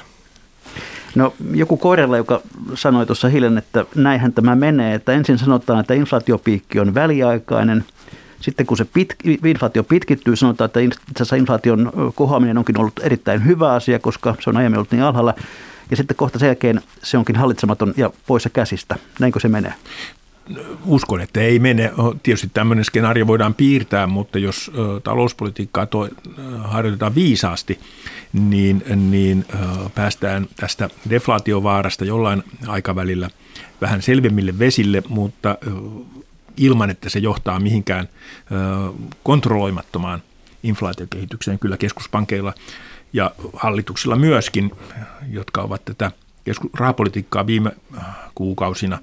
[SPEAKER 2] No joku Koirella, joka sanoi tuossa hiljan, että näinhän tämä menee, että ensin sanotaan, että inflaatiopiikki on väliaikainen. Sitten kun se pit, inflaatio pitkittyy, sanotaan, että itse asiassa inflaation kohoaminen onkin ollut erittäin hyvä asia, koska se on aiemmin ollut niin alhaalla. Ja sitten kohta sen jälkeen se onkin hallitsematon ja poissa käsistä. Näinkö se menee?
[SPEAKER 3] Uskon, että ei mene. Tietysti tämmöinen skenaario voidaan piirtää, mutta jos talouspolitiikkaa toi, harjoitetaan viisaasti, niin, niin päästään tästä deflaatiovaarasta jollain aikavälillä vähän selvemmille vesille, mutta ilman, että se johtaa mihinkään kontrolloimattomaan inflaatiokehitykseen. Kyllä keskuspankeilla ja hallituksilla myöskin, jotka ovat tätä rahapolitiikkaa viime kuukausina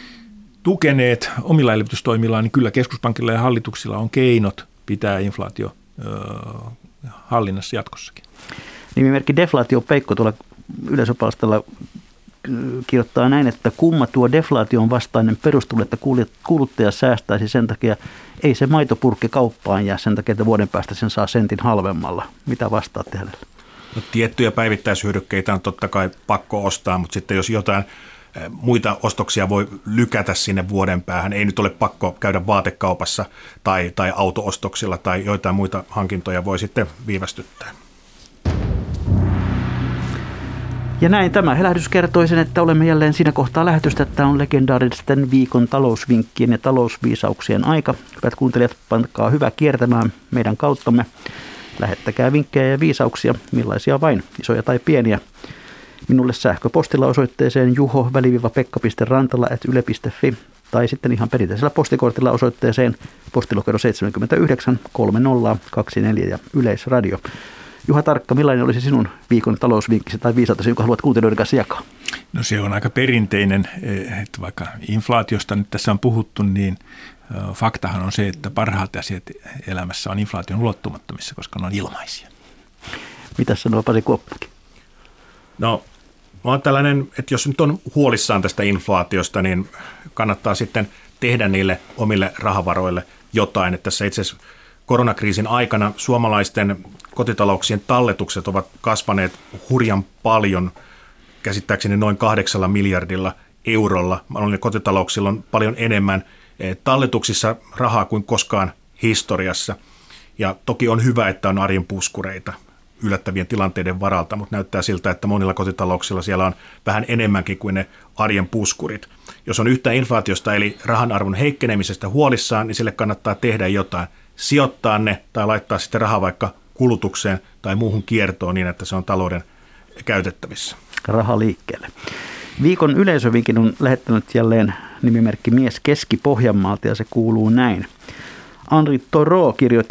[SPEAKER 3] tukeneet omilla elvytystoimillaan, niin kyllä keskuspankilla ja hallituksilla on keinot pitää inflaatio hallinnassa jatkossakin.
[SPEAKER 2] Nimimerkki Deflaatio Peikko tuolla yleisöpalstalla kirjoittaa näin, että kumma tuo deflaation vastainen perustelu, että kuluttaja säästäisi sen takia, ei se maitopurkki kauppaan jää sen takia, että vuoden päästä sen saa sentin halvemmalla. Mitä vastaatte hänelle?
[SPEAKER 4] No, tiettyjä päivittäishyödykkeitä on totta kai pakko ostaa, mutta sitten jos jotain muita ostoksia voi lykätä sinne vuoden päähän, ei nyt ole pakko käydä vaatekaupassa tai, tai auto-ostoksilla tai joitain muita hankintoja voi sitten viivästyttää.
[SPEAKER 2] Ja näin tämä helähdys kertoi sen, että olemme jälleen siinä kohtaa lähetystä, että on legendaaristen viikon talousvinkkien ja talousviisauksien aika. Hyvät kuuntelijat, pankaa hyvä kiertämään meidän kauttamme. Lähettäkää vinkkejä ja viisauksia, millaisia vain, isoja tai pieniä. Minulle sähköpostilla osoitteeseen juho-pekka piste rantala ät yle piste fi tai sitten ihan perinteisellä postikortilla osoitteeseen postilokero seitsemänkymmentäyhdeksän kolmekymmentä kaksikymmentäneljä ja Yleisradio. Juha Tarkka, millainen olisi sinun viikon talousvinkkisi tai viisautesi, jonka haluat kuuntelijoiden kanssa jakaa?
[SPEAKER 3] No se on aika perinteinen, että vaikka inflaatiosta nyt tässä on puhuttu, niin faktahan on se, että parhaat asiat elämässä on inflaation ulottumattomissa, koska ne on ilmaisia.
[SPEAKER 2] Mitä sanoo Pasi Kuoppakin?
[SPEAKER 4] No, mä oon tällainen, että jos nyt on huolissaan tästä inflaatiosta, niin kannattaa sitten tehdä niille omille rahavaroille jotain. Että tässä itse asiassa koronakriisin aikana suomalaisten kotitalouksien talletukset ovat kasvaneet hurjan paljon, käsittääkseni noin kahdeksalla miljardilla eurolla. Monilla kotitalouksilla on paljon enemmän talletuksissa rahaa kuin koskaan historiassa. Ja toki on hyvä, että on arjen puskureita yllättävien tilanteiden varalta, mutta näyttää siltä, että monilla kotitalouksilla siellä on vähän enemmänkin kuin ne arjen puskurit. Jos on yhtään inflaatiosta eli rahan arvon heikkenemisestä huolissaan, niin sille kannattaa tehdä jotain. Sijoittaa ne tai laittaa sitten rahaa vaikka kulutukseen tai muuhun kiertoon niin, että se on talouden käytettävissä. Raha
[SPEAKER 2] liikkeelle. Viikon yleisövinkin on lähettänyt jälleen nimimerkki Mies Keski-Pohjanmaalta ja se kuuluu näin. Henri Thoreau kirjoitti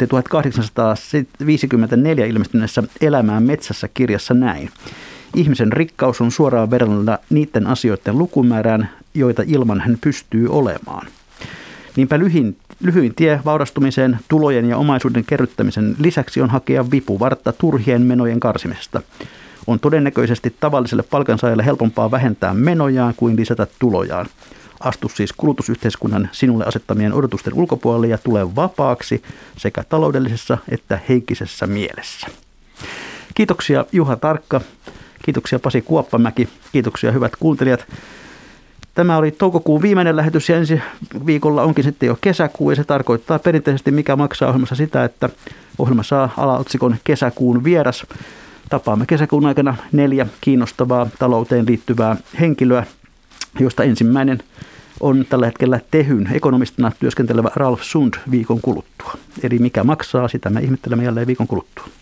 [SPEAKER 2] tuhatkahdeksansataaviisikymmentäneljä ilmestyneessä Elämään metsässä -kirjassa näin. Ihmisen rikkaus on suoraan verrannut niiden asioiden lukumäärään, joita ilman hän pystyy olemaan. Niinpä lyhin, lyhyin tie vaurastumiseen, tulojen ja omaisuuden kerryttämisen lisäksi on hakea vipuvartta turhien menojen karsimisesta. On todennäköisesti tavalliselle palkansaajalle helpompaa vähentää menojaan kuin lisätä tulojaan. Astu siis kulutusyhteiskunnan sinulle asettamien odotusten ulkopuolelle ja tule vapaaksi sekä taloudellisessa että henkisessä mielessä. Kiitoksia Juha Tarkka, kiitoksia Pasi Kuoppamäki, kiitoksia hyvät kuuntelijat. Tämä oli toukokuun viimeinen lähetys ja ensi viikolla onkin sitten jo kesäkuu ja se tarkoittaa perinteisesti Mikä maksaa -ohjelmassa sitä, että ohjelma saa alaotsikon Kesäkuun vieras. Tapaamme kesäkuun aikana neljä kiinnostavaa talouteen liittyvää henkilöä, josta ensimmäinen on tällä hetkellä Tehyn ekonomistina työskentelevä Ralf Sund viikon kuluttua. Eli Mikä maksaa, sitä me ihmettelemme jälleen viikon kuluttua.